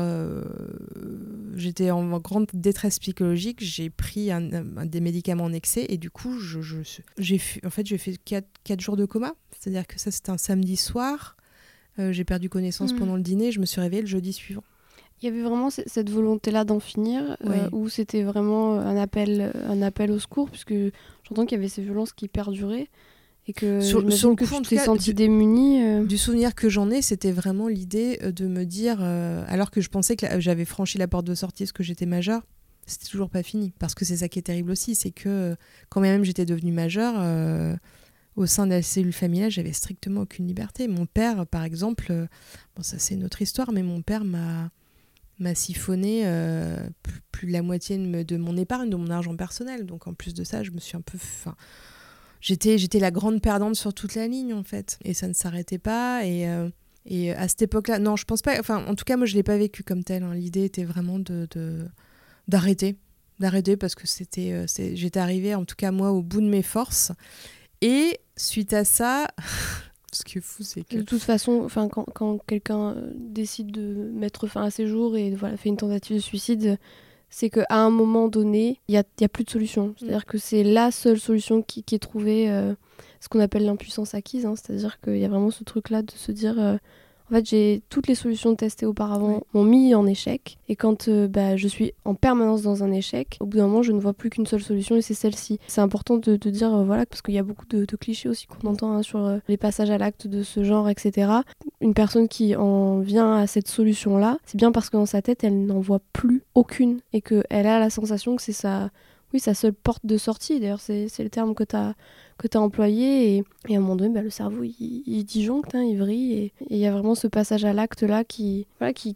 j'étais en grande détresse psychologique. J'ai pris des médicaments en excès et du coup, j'ai fait 4 jours de coma. C'est-à-dire que ça, c'était un samedi soir. J'ai perdu connaissance pendant le dîner. Je me suis réveillée le jeudi suivant. Il y avait vraiment cette volonté-là d'en finir, ou c'était vraiment un appel au secours, puisque j'entends qu'il y avait ces violences qui perduraient, et que sur le coup, tu t'es sentie démunie. Du souvenir que j'en ai, c'était vraiment l'idée de me dire, alors que je pensais que j'avais franchi la porte de sortie, parce que j'étais majeure, c'était toujours pas fini. Parce que c'est ça qui est terrible aussi, c'est que quand même j'étais devenue majeure... au sein de la cellule familiale, j'avais strictement aucune liberté. Mon père, par exemple, ça c'est une autre histoire, mais mon père m'a siphonné plus de la moitié de mon épargne, de mon argent personnel. Donc en plus de ça, je me suis un peu... J'étais la grande perdante sur toute la ligne, en fait. Et ça ne s'arrêtait pas. Et à cette époque-là... Non, je pense pas... en tout cas, moi, je ne l'ai pas vécu comme tel. L'idée était vraiment d'arrêter. D'arrêter parce que j'étais arrivée, en tout cas, moi, au bout de mes forces. Et suite à ça... Ce qui est fou, c'est que... De toute façon, quand quelqu'un décide de mettre fin à ses jours et fait une tentative de suicide, c'est qu'à un moment donné, il y a plus de solution. C'est-à-dire que c'est la seule solution qui est trouvée, ce qu'on appelle l'impuissance acquise. C'est-à-dire qu'il y a vraiment ce truc-là de se dire... En fait, toutes les solutions testées auparavant m'ont mis en échec. Et quand je suis en permanence dans un échec, au bout d'un moment, je ne vois plus qu'une seule solution et c'est celle-ci. C'est important de dire, parce qu'il y a beaucoup de clichés aussi qu'on entend sur les passages à l'acte de ce genre, etc. Une personne qui en vient à cette solution-là, c'est bien parce que dans sa tête, elle n'en voit plus aucune et qu'elle a la sensation que c'est sa seule porte de sortie. D'ailleurs, c'est le terme que tu as employé. Et à un moment donné, le cerveau, il disjoncte, il vrille. Et il y a vraiment ce passage à l'acte-là qui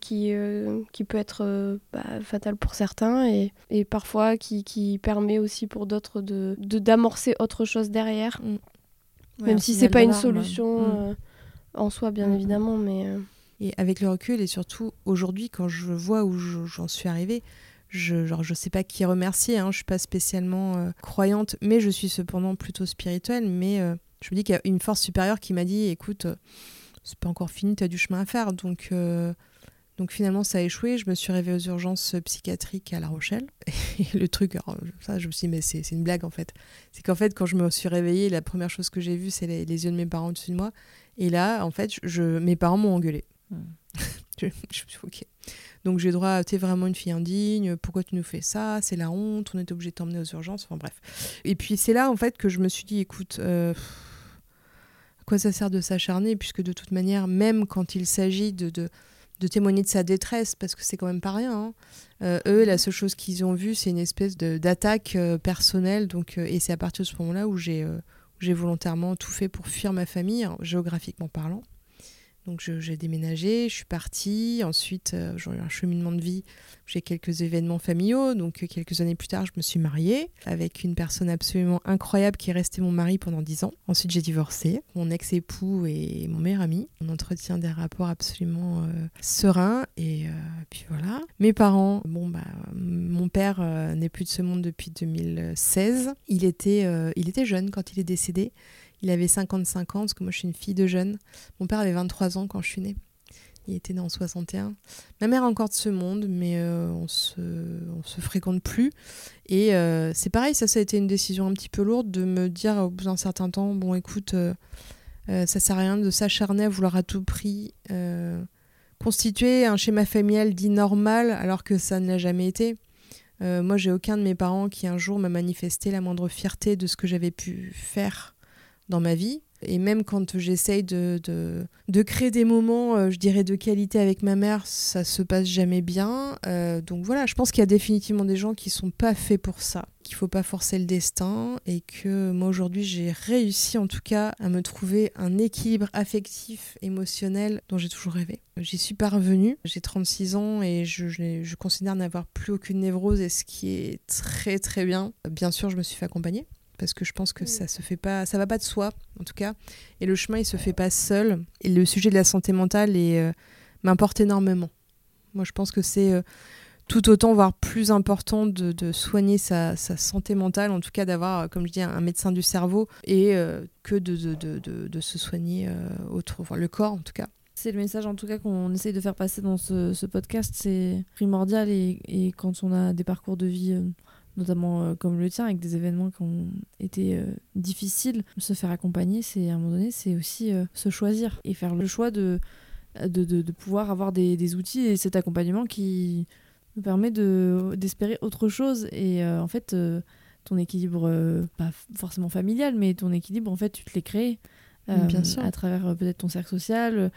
peut être fatal pour certains et parfois qui permet aussi pour d'autres d'amorcer autre chose derrière. Même si c'est pas une solution en soi, bien évidemment. Et avec le recul et surtout aujourd'hui, quand je vois où j'en suis arrivée, je sais pas qui remercier, je suis pas spécialement croyante, mais je suis cependant plutôt spirituelle, mais je me dis qu'il y a une force supérieure qui m'a dit écoute, c'est pas encore fini, t'as du chemin à faire, donc Donc finalement, ça a échoué. Je me suis réveillée aux urgences psychiatriques à La Rochelle. Et le truc, alors, ça, je me suis dit, mais c'est une blague en fait. C'est qu'en fait, quand je me suis réveillée, la première chose que j'ai vue, c'est les yeux de mes parents au-dessus de moi. Et là, en fait, mes parents m'ont engueulée. Je me suis dit, ok. Donc j'ai droit à, t'es vraiment une fille indigne, pourquoi tu nous fais ça, c'est la honte, on est obligé de t'emmener aux urgences, enfin bref. Et puis c'est là en fait que je me suis dit, écoute, à quoi ça sert de s'acharner, puisque de toute manière, même quand il s'agit de témoigner de sa détresse, parce que c'est quand même pas rien, hein. Eux, la seule chose qu'ils ont vue, c'est une espèce d'attaque personnelle, donc, et c'est à partir de ce moment-là où j'ai volontairement tout fait pour fuir ma famille, hein, géographiquement parlant. Donc j'ai déménagé, je suis partie. Ensuite, j'ai eu un cheminement de vie. J'ai quelques événements familiaux. Donc quelques années plus tard, je me suis mariée avec une personne absolument incroyable qui est restée mon mari pendant 10 ans. Ensuite, j'ai divorcé. Mon ex-époux et mon meilleur ami. On entretient des rapports absolument sereins. Et puis voilà. Mes parents, mon père n'est plus de ce monde depuis 2016. Il était jeune quand il est décédé. Il avait 55 ans, parce que moi je suis une fille de jeune. Mon père avait 23 ans quand je suis née. Il était né en 61. Ma mère est encore de ce monde, mais on se fréquente plus. Et c'est pareil, ça a été une décision un petit peu lourde de me dire au bout d'un certain temps, bon écoute, ça sert à rien de s'acharner à vouloir à tout prix constituer un schéma familial dit normal, alors que ça ne l'a jamais été. Moi, j'ai aucun de mes parents qui un jour m'a manifesté la moindre fierté de ce que j'avais pu faire dans ma vie. Et même quand j'essaye de créer des moments, je dirais, de qualité avec ma mère, ça se passe jamais bien. Donc voilà, je pense qu'il y a définitivement des gens qui sont pas faits pour ça, qu'il faut pas forcer le destin, et que moi aujourd'hui j'ai réussi en tout cas à me trouver un équilibre affectif, émotionnel dont j'ai toujours rêvé. J'y suis parvenue, j'ai 36 ans et je considère n'avoir plus aucune névrose, et ce qui est très très bien. Bien sûr, je me suis fait accompagner, parce que je pense que ça se fait pas, ça va pas de soi en tout cas, et le chemin il se fait pas seul, et le sujet de la santé mentale m'importe énormément. Moi je pense que c'est tout autant, voire plus important de soigner sa santé mentale, en tout cas d'avoir, comme je dis, un médecin du cerveau, et que de se soigner le corps en tout cas. C'est le message en tout cas qu'on essaye de faire passer dans ce podcast, c'est primordial, et quand on a des parcours de vie notamment comme le tien, avec des événements qui ont été difficiles, se faire accompagner, c'est à un moment donné, c'est aussi se choisir et faire le choix de pouvoir avoir des outils et cet accompagnement qui nous permet d'espérer autre chose. Et en fait, ton équilibre, pas forcément familial, mais ton équilibre, en fait, tu te l'es créé. Bien sûr. À travers peut-être ton cercle social,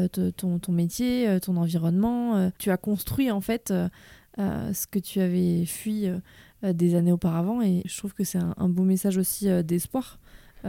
ton métier, ton environnement. Tu as construit en fait ce que tu avais fui des années auparavant, et je trouve que c'est un beau message aussi d'espoir.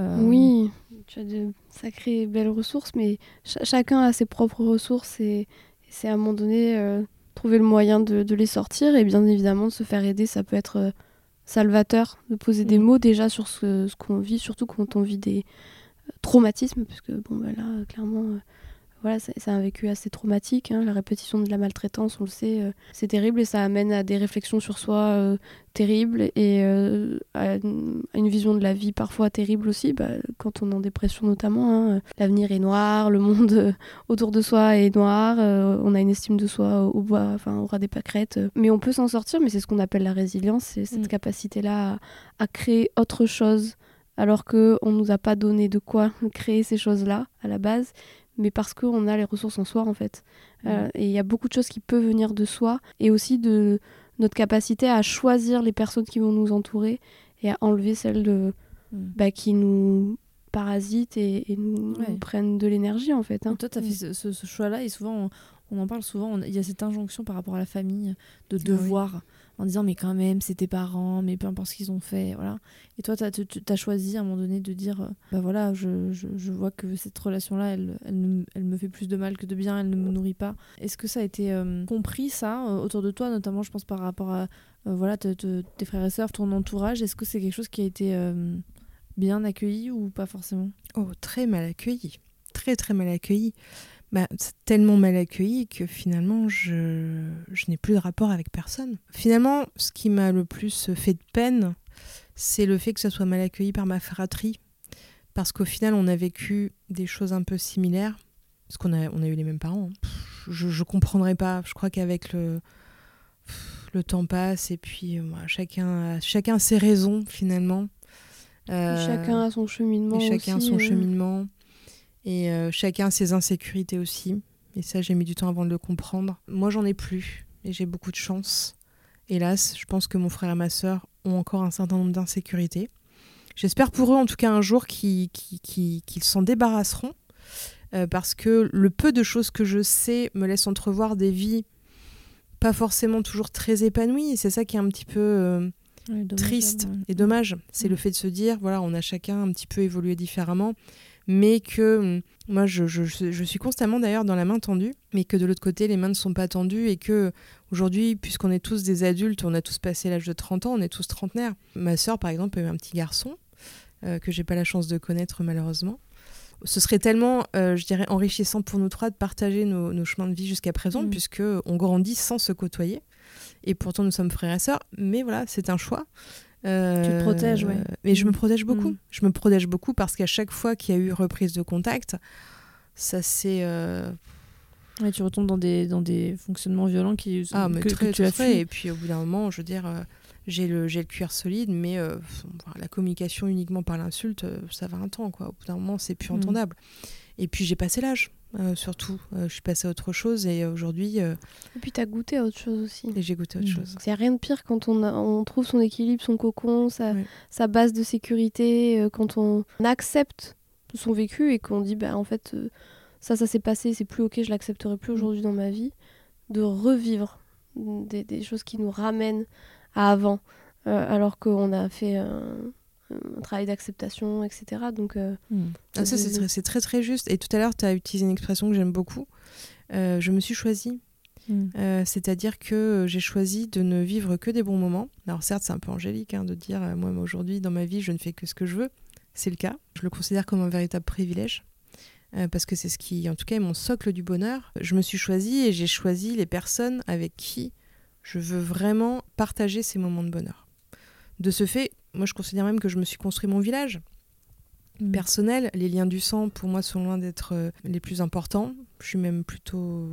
Oui, tu as de sacrées belles ressources, mais chacun a ses propres ressources, et c'est à un moment donné trouver le moyen de les sortir, et bien évidemment de se faire aider, ça peut être salvateur, de poser des mots déjà sur ce qu'on vit, surtout quand on vit des traumatisme, parce que là clairement voilà, c'est un vécu assez traumatique, hein. La répétition de la maltraitance, on le sait, c'est terrible, et ça amène à des réflexions sur soi terribles, et à une vision de la vie parfois terrible aussi, quand on est en dépression notamment, hein. L'avenir est noir, le monde autour de soi est noir, on a une estime de soi au ras des pâquerettes, mais on peut s'en sortir. Mais c'est ce qu'on appelle la résilience, c'est cette capacité-là à créer autre chose, alors qu'on ne nous a pas donné de quoi créer ces choses-là à la base, mais parce qu'on a les ressources en soi en fait. Et il y a beaucoup de choses qui peuvent venir de soi, et aussi de notre capacité à choisir les personnes qui vont nous entourer, et à enlever celles qui nous parasitent et nous prennent de l'énergie en fait, hein. Toi, tu as fait ce choix-là, et souvent, on en parle souvent, il y a cette injonction par rapport à la famille de devoir, en disant mais quand même c'est tes parents, mais peu importe ce qu'ils ont fait, voilà. Et toi t'as choisi à un moment donné de dire voilà, je vois que cette relation-là elle me fait plus de mal que de bien, elle ne me nourrit pas. Est-ce que ça a été compris ça autour de toi, notamment je pense par rapport à tes frères et sœurs, ton entourage? Est-ce que c'est quelque chose qui a été bien accueilli ou pas forcément? Très mal accueilli, très très mal accueilli. C'est tellement mal accueilli que finalement je n'ai plus de rapport avec personne. Finalement, ce qui m'a le plus fait de peine, c'est le fait que ça soit mal accueilli par ma fratrie, parce qu'au final on a vécu des choses un peu similaires, parce qu'on a eu les mêmes parents, hein. je comprendrai pas. Je crois qu'avec le temps passe et puis chacun a ses raisons finalement. Chacun a son cheminement. Chacun a son cheminement. Et chacun a ses insécurités aussi. Et ça, j'ai mis du temps avant de le comprendre. Moi, j'en ai plus. Et j'ai beaucoup de chance. Hélas, je pense que mon frère et ma sœur ont encore un certain nombre d'insécurités. J'espère pour eux, en tout cas, un jour qu'ils s'en débarrasseront. Parce que le peu de choses que je sais me laisse entrevoir des vies pas forcément toujours très épanouies. Et c'est ça qui est un petit peu triste et dommage. C'est le fait de se dire, voilà, on a chacun un petit peu évolué différemment. Mais que moi, je suis constamment d'ailleurs dans la main tendue, mais que de l'autre côté, les mains ne sont pas tendues et que aujourd'hui, puisqu'on est tous des adultes, on a tous passé l'âge de 30 ans, on est tous trentenaires. Ma sœur, par exemple, a eu un petit garçon que j'ai pas la chance de connaître malheureusement. Ce serait tellement, je dirais, enrichissant pour nous trois de partager nos chemins de vie jusqu'à présent, puisqu'on grandit sans se côtoyer. Et pourtant, nous sommes frères et sœurs. Mais voilà, c'est un choix. Tu te protèges, ouais. Mais je me protège beaucoup. Je me protège beaucoup parce qu'à chaque fois qu'il y a eu reprise de contact, ça c'est... Ouais, tu retombes dans des fonctionnements violents que tu as fait. Et puis au bout d'un moment, je veux dire, j'ai le cuir solide, mais la communication uniquement par l'insulte, ça va un temps, quoi. Au bout d'un moment, c'est plus entendable. Et puis j'ai passé l'âge. Surtout, je suis passée à autre chose et aujourd'hui... Et puis tu as goûté à autre chose aussi. Et j'ai goûté à autre chose. Il n'y a rien de pire quand on trouve son équilibre, son cocon, sa base de sécurité, quand on accepte son vécu et qu'on dit, en fait, ça s'est passé, c'est plus ok, je l'accepterai plus aujourd'hui dans ma vie, de revivre des choses qui nous ramènent à avant, alors qu'on a fait... un travail d'acceptation, etc. Donc, ça, c'est très très juste. Et tout à l'heure, tu as utilisé une expression que j'aime beaucoup. Je me suis choisie. C'est-à-dire que j'ai choisi de ne vivre que des bons moments. Alors certes, c'est un peu angélique de dire, moi aujourd'hui, dans ma vie, je ne fais que ce que je veux. C'est le cas. Je le considère comme un véritable privilège. Parce que c'est ce qui, en tout cas, est mon socle du bonheur. Je me suis choisie et j'ai choisi les personnes avec qui je veux vraiment partager ces moments de bonheur. De ce fait, moi, je considère même que je me suis construit mon village personnel. Les liens du sang, pour moi, sont loin d'être les plus importants. Je suis même plutôt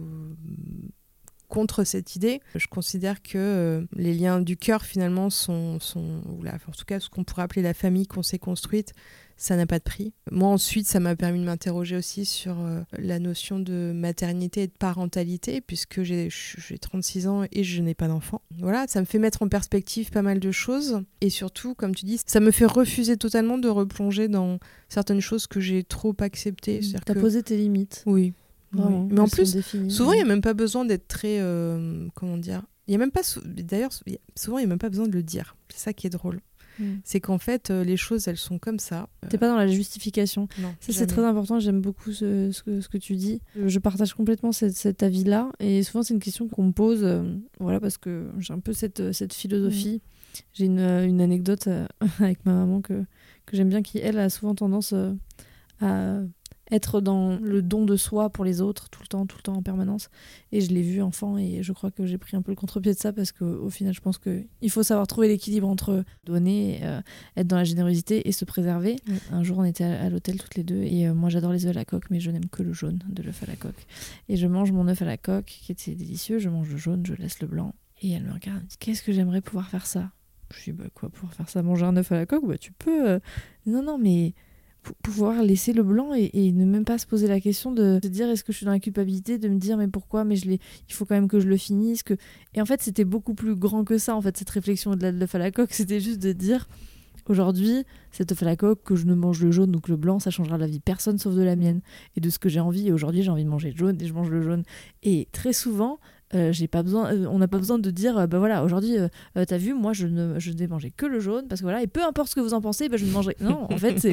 contre cette idée. Je considère que les liens du cœur, finalement, en tout cas, ce qu'on pourrait appeler la famille qu'on s'est construite, ça n'a pas de prix. Moi, ensuite, ça m'a permis de m'interroger aussi sur la notion de maternité et de parentalité, puisque j'ai 36 ans et je n'ai pas d'enfant. Voilà, ça me fait mettre en perspective pas mal de choses. Et surtout, comme tu dis, ça me fait refuser totalement de replonger dans certaines choses que j'ai trop acceptées. T'as posé tes limites. Oui. Vraiment, mais en plus, souvent, il n'y a même pas besoin d'être très... comment dire ? Il y a même pas... D'ailleurs, souvent, il n'y a même pas besoin de le dire. C'est ça qui est drôle. C'est qu'en fait, les choses, elles sont comme ça. T'es pas dans la justification. Non, ça, c'est très important. J'aime beaucoup ce que tu dis. Je partage complètement cet avis-là. Et souvent, c'est une question qu'on me pose. Parce que j'ai un peu cette philosophie. J'ai une anecdote avec ma maman que j'aime bien, qui, elle, a souvent tendance à être dans le don de soi pour les autres tout le temps en permanence. Et je l'ai vu enfant et je crois que j'ai pris un peu le contre-pied de ça parce qu'au final, je pense qu'il faut savoir trouver l'équilibre entre donner, être dans la générosité et se préserver. Un jour, on était à l'hôtel toutes les deux et moi, j'adore les œufs à la coque, mais je n'aime que le jaune de l'œuf à la coque. Et je mange mon œuf à la coque qui était délicieux, je mange le jaune, je laisse le blanc. Et elle me regarde et me dit, qu'est-ce que j'aimerais pouvoir faire ça ? Je dis, quoi, pouvoir faire ça, manger un œuf à la coque ? Tu peux. Non, mais... pouvoir laisser le blanc et ne même pas se poser la question de se dire est-ce que je suis dans la culpabilité de me dire mais pourquoi, mais il faut quand même que je le finisse et en fait c'était beaucoup plus grand que ça, en fait, cette réflexion au-delà de l'œuf à la coque. C'était juste de dire aujourd'hui cet œuf à la coque, que je ne mange le jaune donc le blanc, ça changera la vie personne sauf de la mienne et de ce que j'ai envie. Et aujourd'hui j'ai envie de manger le jaune et je mange le jaune. Et très souvent on n'a pas besoin de dire aujourd'hui t'as vu, moi je n'ai mangé que le jaune parce que voilà, et peu importe ce que vous en pensez, je ne mangerai. Non, en fait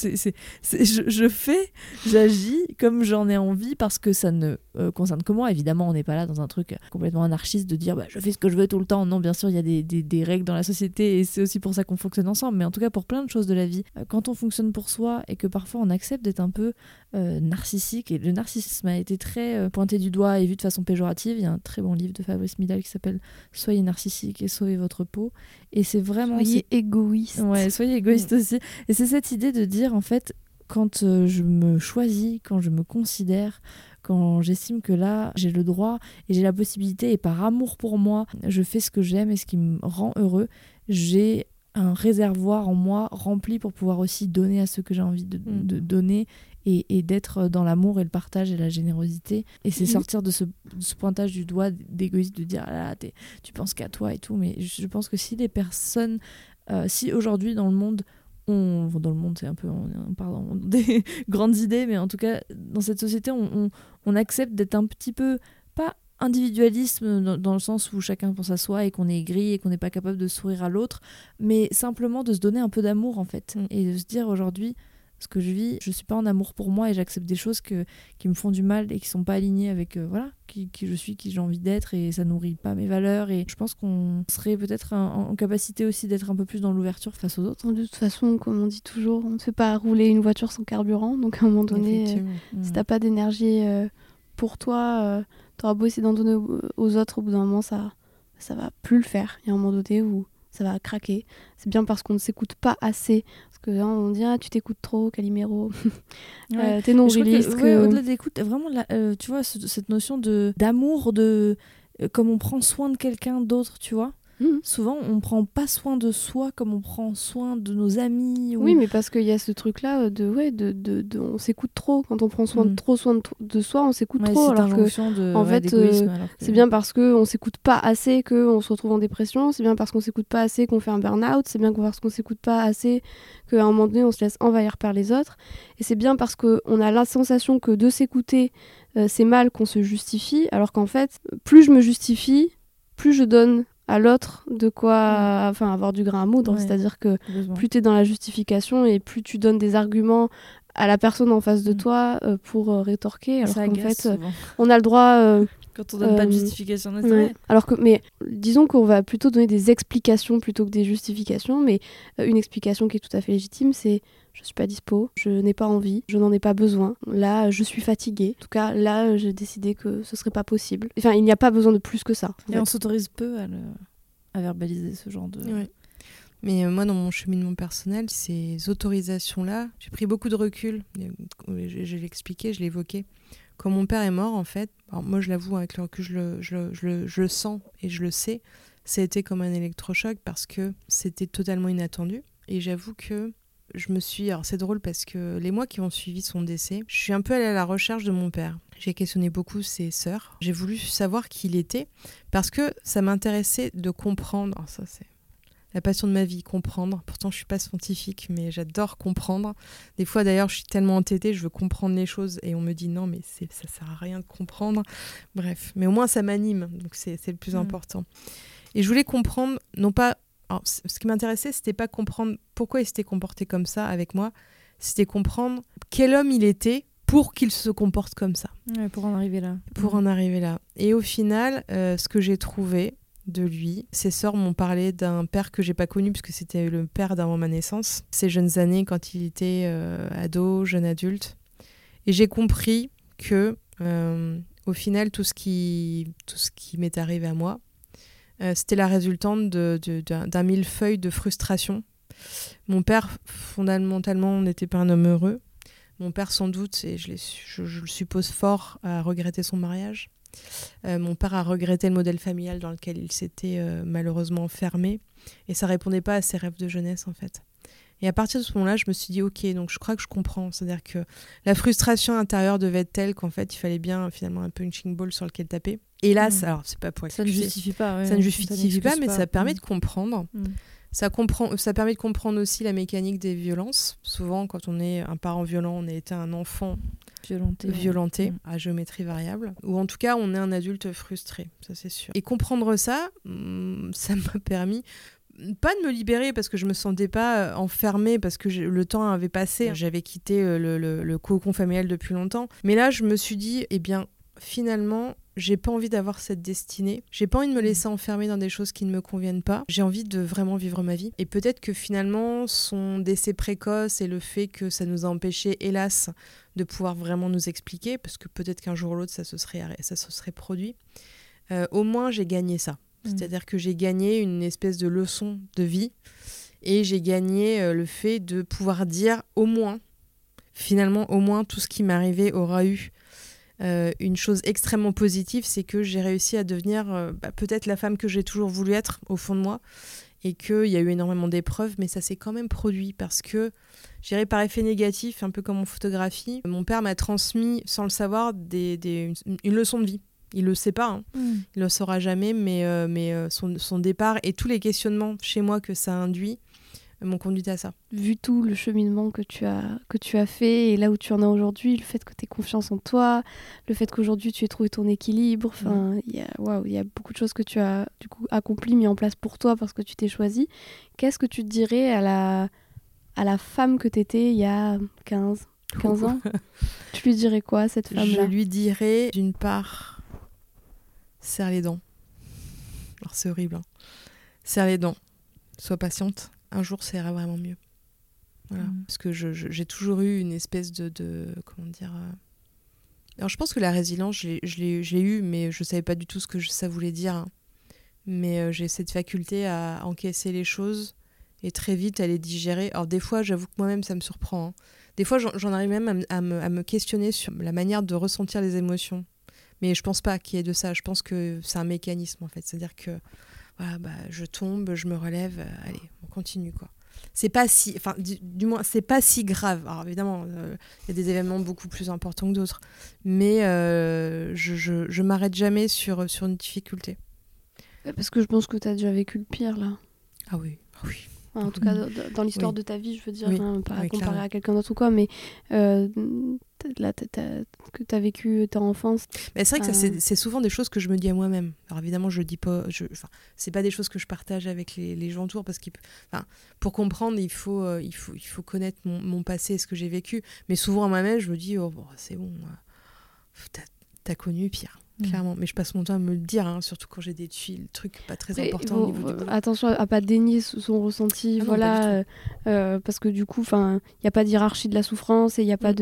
j'agis comme j'en ai envie parce que ça ne concerne que moi. Évidemment, on n'est pas là dans un truc complètement anarchiste de dire je fais ce que je veux tout le temps. Non, bien sûr, il y a des règles dans la société et c'est aussi pour ça qu'on fonctionne ensemble. Mais en tout cas, pour plein de choses de la vie, quand on fonctionne pour soi et que parfois on accepte d'être un peu narcissique, et le narcissisme a été très pointé du doigt et vu de façon péjorative. Il y a un très bon livre de Fabrice Midal qui s'appelle Soyez narcissique et sauvez votre peau, et c'est vraiment soyez égoïste. Soyez égoïste aussi. Et c'est cette idée de dire en fait quand je me choisis, quand je me considère, quand j'estime que là, j'ai le droit et j'ai la possibilité, et par amour pour moi, je fais ce que j'aime et ce qui me rend heureux, j'ai un réservoir en moi rempli pour pouvoir aussi donner à ceux que j'ai envie de donner et d'être dans l'amour et le partage et la générosité. Et c'est sortir de ce pointage du doigt d'égoïsme, de dire ah là, tu penses qu'à toi et tout. Mais je pense que si les personnes, si aujourd'hui dans le monde, dans le monde c'est un peu, on parle des grandes idées, mais en tout cas dans cette société on accepte d'être un petit peu, pas individualisme dans le sens où chacun pense à soi et qu'on est aigri et qu'on n'est pas capable de sourire à l'autre, mais simplement de se donner un peu d'amour en fait, et de se dire aujourd'hui ce que je vis, je suis pas en amour pour moi et j'accepte des choses qui me font du mal et qui sont pas alignées avec qui je suis, qui j'ai envie d'être, et ça nourrit pas mes valeurs. Et je pense qu'on serait peut-être en capacité aussi d'être un peu plus dans l'ouverture face aux autres. De toute façon, comme on dit toujours, on ne fait pas rouler une voiture sans carburant, donc à un moment donné, si t'as pas d'énergie pour toi, t'auras beau essayer d'en donner aux autres, au bout d'un moment ça va plus le faire. Il y a un moment donné où ça va craquer. C'est bien parce qu'on ne s'écoute pas assez. Parce que là, on dit tu t'écoutes trop, Calimero. T'es nombriliste. Au-delà de l'écoute, vraiment, tu vois, cette notion d'amour, comme on prend soin de quelqu'un d'autre, tu vois. Souvent, on prend pas soin de soi comme on prend soin de nos amis. Oui, mais parce qu'il y a ce truc-là on s'écoute trop. Quand on prend soin de soi, on s'écoute trop. Alors que, en fait, c'est bien parce qu'on s'écoute pas assez qu'on se retrouve en dépression. C'est bien parce qu'on s'écoute pas assez qu'on fait un burn-out. C'est bien parce qu'on s'écoute pas assez qu'à un moment donné, on se laisse envahir par les autres. Et c'est bien parce qu'on a la sensation que de s'écouter, c'est mal, qu'on se justifie. Alors qu'en fait, plus je me justifie, plus je donne à l'autre de quoi avoir du grain à moudre, c'est-à-dire que plus tu es dans la justification et plus tu donnes des arguments à la personne en face de toi pour rétorquer, alors qu'en fait on a le droit quand on donne pas de justification alors que, mais disons qu'on va plutôt donner des explications plutôt que des justifications, mais une explication qui est tout à fait légitime, c'est je suis pas dispo, je n'ai pas envie, je n'en ai pas besoin. Là, je suis fatiguée. En tout cas, là, j'ai décidé que ce serait pas possible. Enfin, il n'y a pas besoin de plus que ça. Et on s'autorise peu à verbaliser ce genre de... Ouais. Mais moi, dans mon cheminement personnel, ces autorisations-là, j'ai pris beaucoup de recul. Je l'ai expliqué, je l'ai évoqué. Quand mon père est mort, en fait, alors moi, je l'avoue, avec le recul, je le sens et je le sais, ça a été comme un électrochoc parce que c'était totalement inattendu. Et j'avoue que alors c'est drôle parce que les mois qui ont suivi son décès, je suis un peu allée à la recherche de mon père. J'ai questionné beaucoup ses sœurs. J'ai voulu savoir qui il était parce que ça m'intéressait de comprendre. Alors ça, c'est la passion de ma vie, comprendre. Pourtant, je suis pas scientifique, mais j'adore comprendre. Des fois, d'ailleurs, je suis tellement entêtée, je veux comprendre les choses et on me dit non, mais ça sert à rien de comprendre. Bref, mais au moins ça m'anime, donc c'est le plus important. Et je voulais comprendre, non pas... Alors, ce qui m'intéressait, c'était pas comprendre pourquoi il s'était comporté comme ça avec moi, c'était comprendre quel homme il était pour qu'il se comporte comme ça. Ouais, pour en arriver là. En arriver là. Et au final, ce que j'ai trouvé de lui, ses sœurs m'ont parlé d'un père que j'ai pas connu puisque c'était le père d'avant ma naissance, ses jeunes années quand il était ado, jeune adulte. Et j'ai compris que au final, tout ce qui m'est arrivé à moi, c'était la résultante d'un millefeuille de frustration. Mon père, fondamentalement, n'était pas un homme heureux. Mon père, sans doute, et je le suppose fort, a regretté son mariage. Mon père a regretté le modèle familial dans lequel il s'était malheureusement enfermé. Et ça répondait pas à ses rêves de jeunesse, en fait. Et à partir de ce moment-là, je me suis dit, ok, donc je crois que je comprends. C'est-à-dire que la frustration intérieure devait être telle qu'en fait, il fallait bien finalement un punching ball sur lequel taper. Hélas, alors c'est pas pour excuser. Ça ne justifie pas. Ouais, ça ne justifie pas, mais ça permet de comprendre. Ça permet de comprendre aussi la mécanique des violences. Souvent, quand on est un parent violent, on a été un enfant violenté à géométrie variable. Ou en tout cas, on est un adulte frustré, ça c'est sûr. Et comprendre ça, ça m'a permis... pas de me libérer parce que je me sentais pas enfermée parce que le temps avait passé. J'avais quitté le cocon familial depuis longtemps. Mais là, je me suis dit, eh bien, finalement, j'ai pas envie d'avoir cette destinée. J'ai pas envie de me laisser enfermer dans des choses qui ne me conviennent pas. J'ai envie de vraiment vivre ma vie. Et peut-être que finalement, son décès précoce et le fait que ça nous a empêché, hélas, de pouvoir vraiment nous expliquer, parce que peut-être qu'un jour ou l'autre, ça se serait produit. Au moins, j'ai gagné ça. C'est-à-dire que j'ai gagné une espèce de leçon de vie et j'ai gagné le fait de pouvoir dire au moins, finalement, au moins, tout ce qui m'est arrivé aura eu une chose extrêmement positive, c'est que j'ai réussi à devenir peut-être la femme que j'ai toujours voulu être au fond de moi, et qu'il y a eu énormément d'épreuves, mais ça s'est quand même produit parce que, je dirais par effet négatif, un peu comme en photographie, mon père m'a transmis, sans le savoir, une leçon de vie. Il le sait pas, il le saura jamais, mais son départ et tous les questionnements chez moi que ça induit m'ont conduite à ça. Vu tout le cheminement que tu as fait et là où tu en es aujourd'hui, le fait que tu aies confiance en toi, le fait qu'aujourd'hui tu aies trouvé ton équilibre, il y a beaucoup de choses que tu as du coup accomplies, mis en place pour toi parce que tu t'es choisie. Qu'est-ce que tu te dirais à la femme que tu étais il y a 15 ans? Tu lui dirais quoi à cette femme-là? Je lui dirais, d'une part, serre les dents. Alors c'est horrible, serre les dents, sois patiente. Un jour, ça ira vraiment mieux. Voilà. Parce que j'ai toujours eu une espèce de comment dire... Alors, je pense que la résilience, je l'ai eu, mais je ne savais pas du tout ce que ça voulait dire. Mais j'ai cette faculté à encaisser les choses et très vite à les digérer. Alors, des fois, j'avoue que moi-même, ça me surprend. Des fois, j'en arrive même à me questionner sur la manière de ressentir les émotions. Mais je ne pense pas qu'il y ait de ça. Je pense que c'est un mécanisme, en fait. C'est-à-dire que voilà, je tombe, je me relève, allez, on continue, quoi. C'est pas si, enfin, du moins, c'est pas si grave. Alors évidemment, y a des événements beaucoup plus importants que d'autres, mais je m'arrête jamais sur une difficulté. Parce que je pense que tu as déjà vécu le pire, là. Ah oui, ah oui. En tout cas, dans l'histoire de ta vie, je veux dire, pas comparer clairement. à quelqu'un d'autre ou quoi, mais là, que tu as vécu ta enfance. Mais c'est vrai que c'est souvent des choses que je me dis à moi-même. Alors évidemment, je dis pas, c'est pas des choses que je partage avec les gens autour, parce que pour comprendre, il faut connaître mon passé et ce que j'ai vécu. Mais souvent à moi-même, je me dis, c'est bon, t'as connu pire. Clairement, mais je passe mon temps à me le dire, surtout quand j'ai des trucs pas très importants au niveau du boulot. Attention à pas dénier son ressenti, parce que du coup, il n'y a pas de hiérarchie de la souffrance et il n'y a pas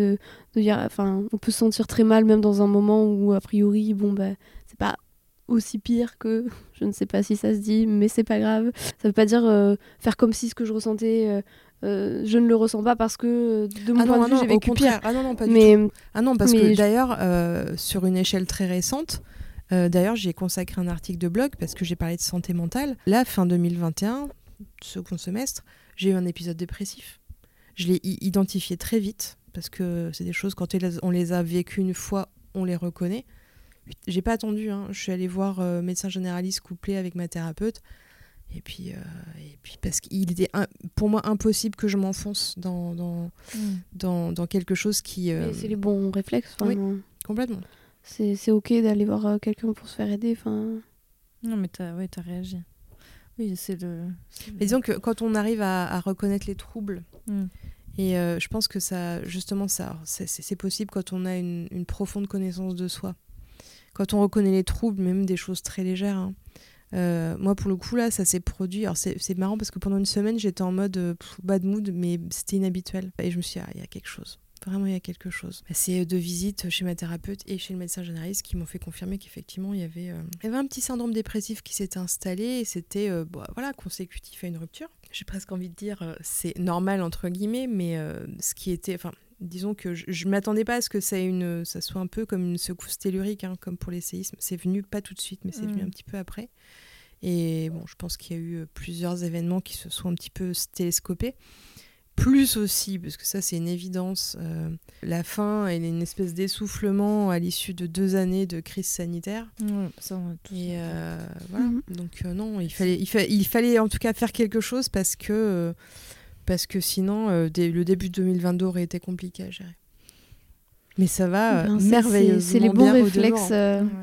on peut se sentir très mal même dans un moment où a priori, c'est pas aussi pire que, je ne sais pas si ça se dit, mais c'est pas grave. Ça veut pas dire faire comme si ce que je ressentais. Je ne le ressens pas parce que de mon point de vue j'ai vécu pire. Ah non, pas du tout. Ah non, parce que d'ailleurs, sur une échelle très récente, d'ailleurs j'y ai consacré un article de blog parce que j'ai parlé de santé mentale. Là, fin 2021, second semestre, j'ai eu un épisode dépressif. Je l'ai identifié très vite parce que c'est des choses, quand on les a vécues une fois, on les reconnaît. J'ai pas attendu, je suis allée voir médecin généraliste couplé avec ma thérapeute. Et puis parce qu'il était pour moi impossible que je m'enfonce dans quelque chose qui... C'est les bons réflexes. Oui, complètement. C'est ok d'aller voir quelqu'un pour se faire aider. Non, mais t'as réagi. Oui, Mais disons que quand on arrive à reconnaître les troubles, et je pense que ça, justement, c'est possible quand on a une profonde connaissance de soi. Quand on reconnaît les troubles, même des choses très légères... moi pour le coup là ça s'est produit, alors c'est marrant parce que pendant une semaine j'étais en mode bad mood, mais c'était inhabituel et je me suis dit il y a quelque chose, vraiment il y a quelque chose. C'est 2 visites chez ma thérapeute et chez le médecin généraliste qui m'ont fait confirmer qu'effectivement il y avait un petit syndrome dépressif qui s'était installé et c'était consécutif à une rupture. J'ai presque envie de dire c'est normal entre guillemets, mais ce qui était, disons que je m'attendais pas à ce que ça soit un peu comme une secousse tellurique, comme pour les séismes. C'est venu pas tout de suite, mais c'est venu un petit peu après. Et bon, je pense qu'il y a eu plusieurs événements qui se sont un petit peu télescopés. Plus aussi, parce que ça c'est une évidence, la faim et une espèce d'essoufflement à l'issue de 2 années de crise sanitaire. Ouais, ça, on a tous. Et voilà. Donc non, il fallait en tout cas faire quelque chose parce que sinon le début de 2022 aurait été compliqué à gérer. Mais ça va merveilleusement c'est les bons bien réflexes.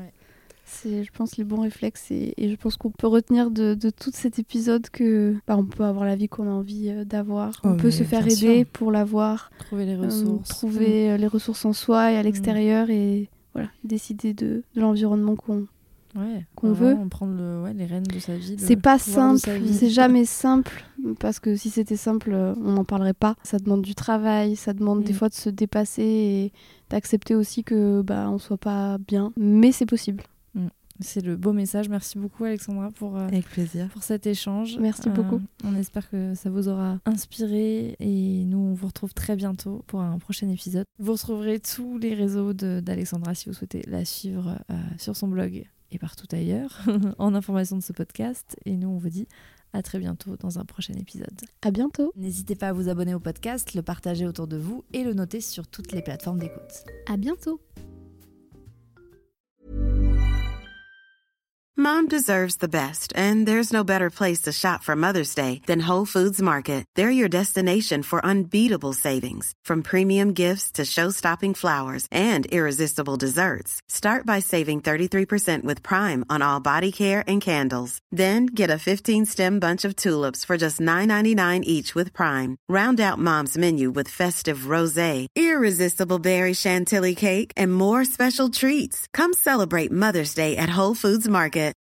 C'est, je pense, les bons réflexes et je pense qu'on peut retenir de tout cet épisode que on peut avoir la vie qu'on a envie d'avoir. On peut se faire aider pour l'avoir. Trouver les ressources. Trouver les ressources en soi et à l'extérieur et voilà, décider de l'environnement qu'on veut. Prendre les rênes de sa vie. C'est pas simple, c'est jamais simple parce que si c'était simple, on n'en parlerait pas. Ça demande du travail, ça demande des fois de se dépasser et d'accepter aussi que on soit pas bien, mais c'est possible. C'est le beau message. Merci beaucoup Alexandra avec plaisir. pour cet échange. Merci beaucoup. On espère que ça vous aura inspiré et nous on vous retrouve très bientôt pour un prochain épisode. Vous retrouverez tous les réseaux d'Alexandra si vous souhaitez la suivre sur son blog et partout ailleurs en information de ce podcast. Et nous, on vous dit à très bientôt dans un prochain épisode. À bientôt. N'hésitez pas à vous abonner au podcast, le partager autour de vous et le noter sur toutes les plateformes d'écoute. À bientôt. Mom deserves the best, and there's no better place to shop for Mother's Day than Whole Foods Market. They're your destination for unbeatable savings, from premium gifts to show-stopping flowers and irresistible desserts. Start by saving 33% with Prime on all body care and candles. Then get a 15-stem bunch of tulips for just $9.99 each with Prime. Round out Mom's menu with festive rosé, irresistible berry chantilly cake, and more special treats. Come celebrate Mother's Day at Whole Foods Market.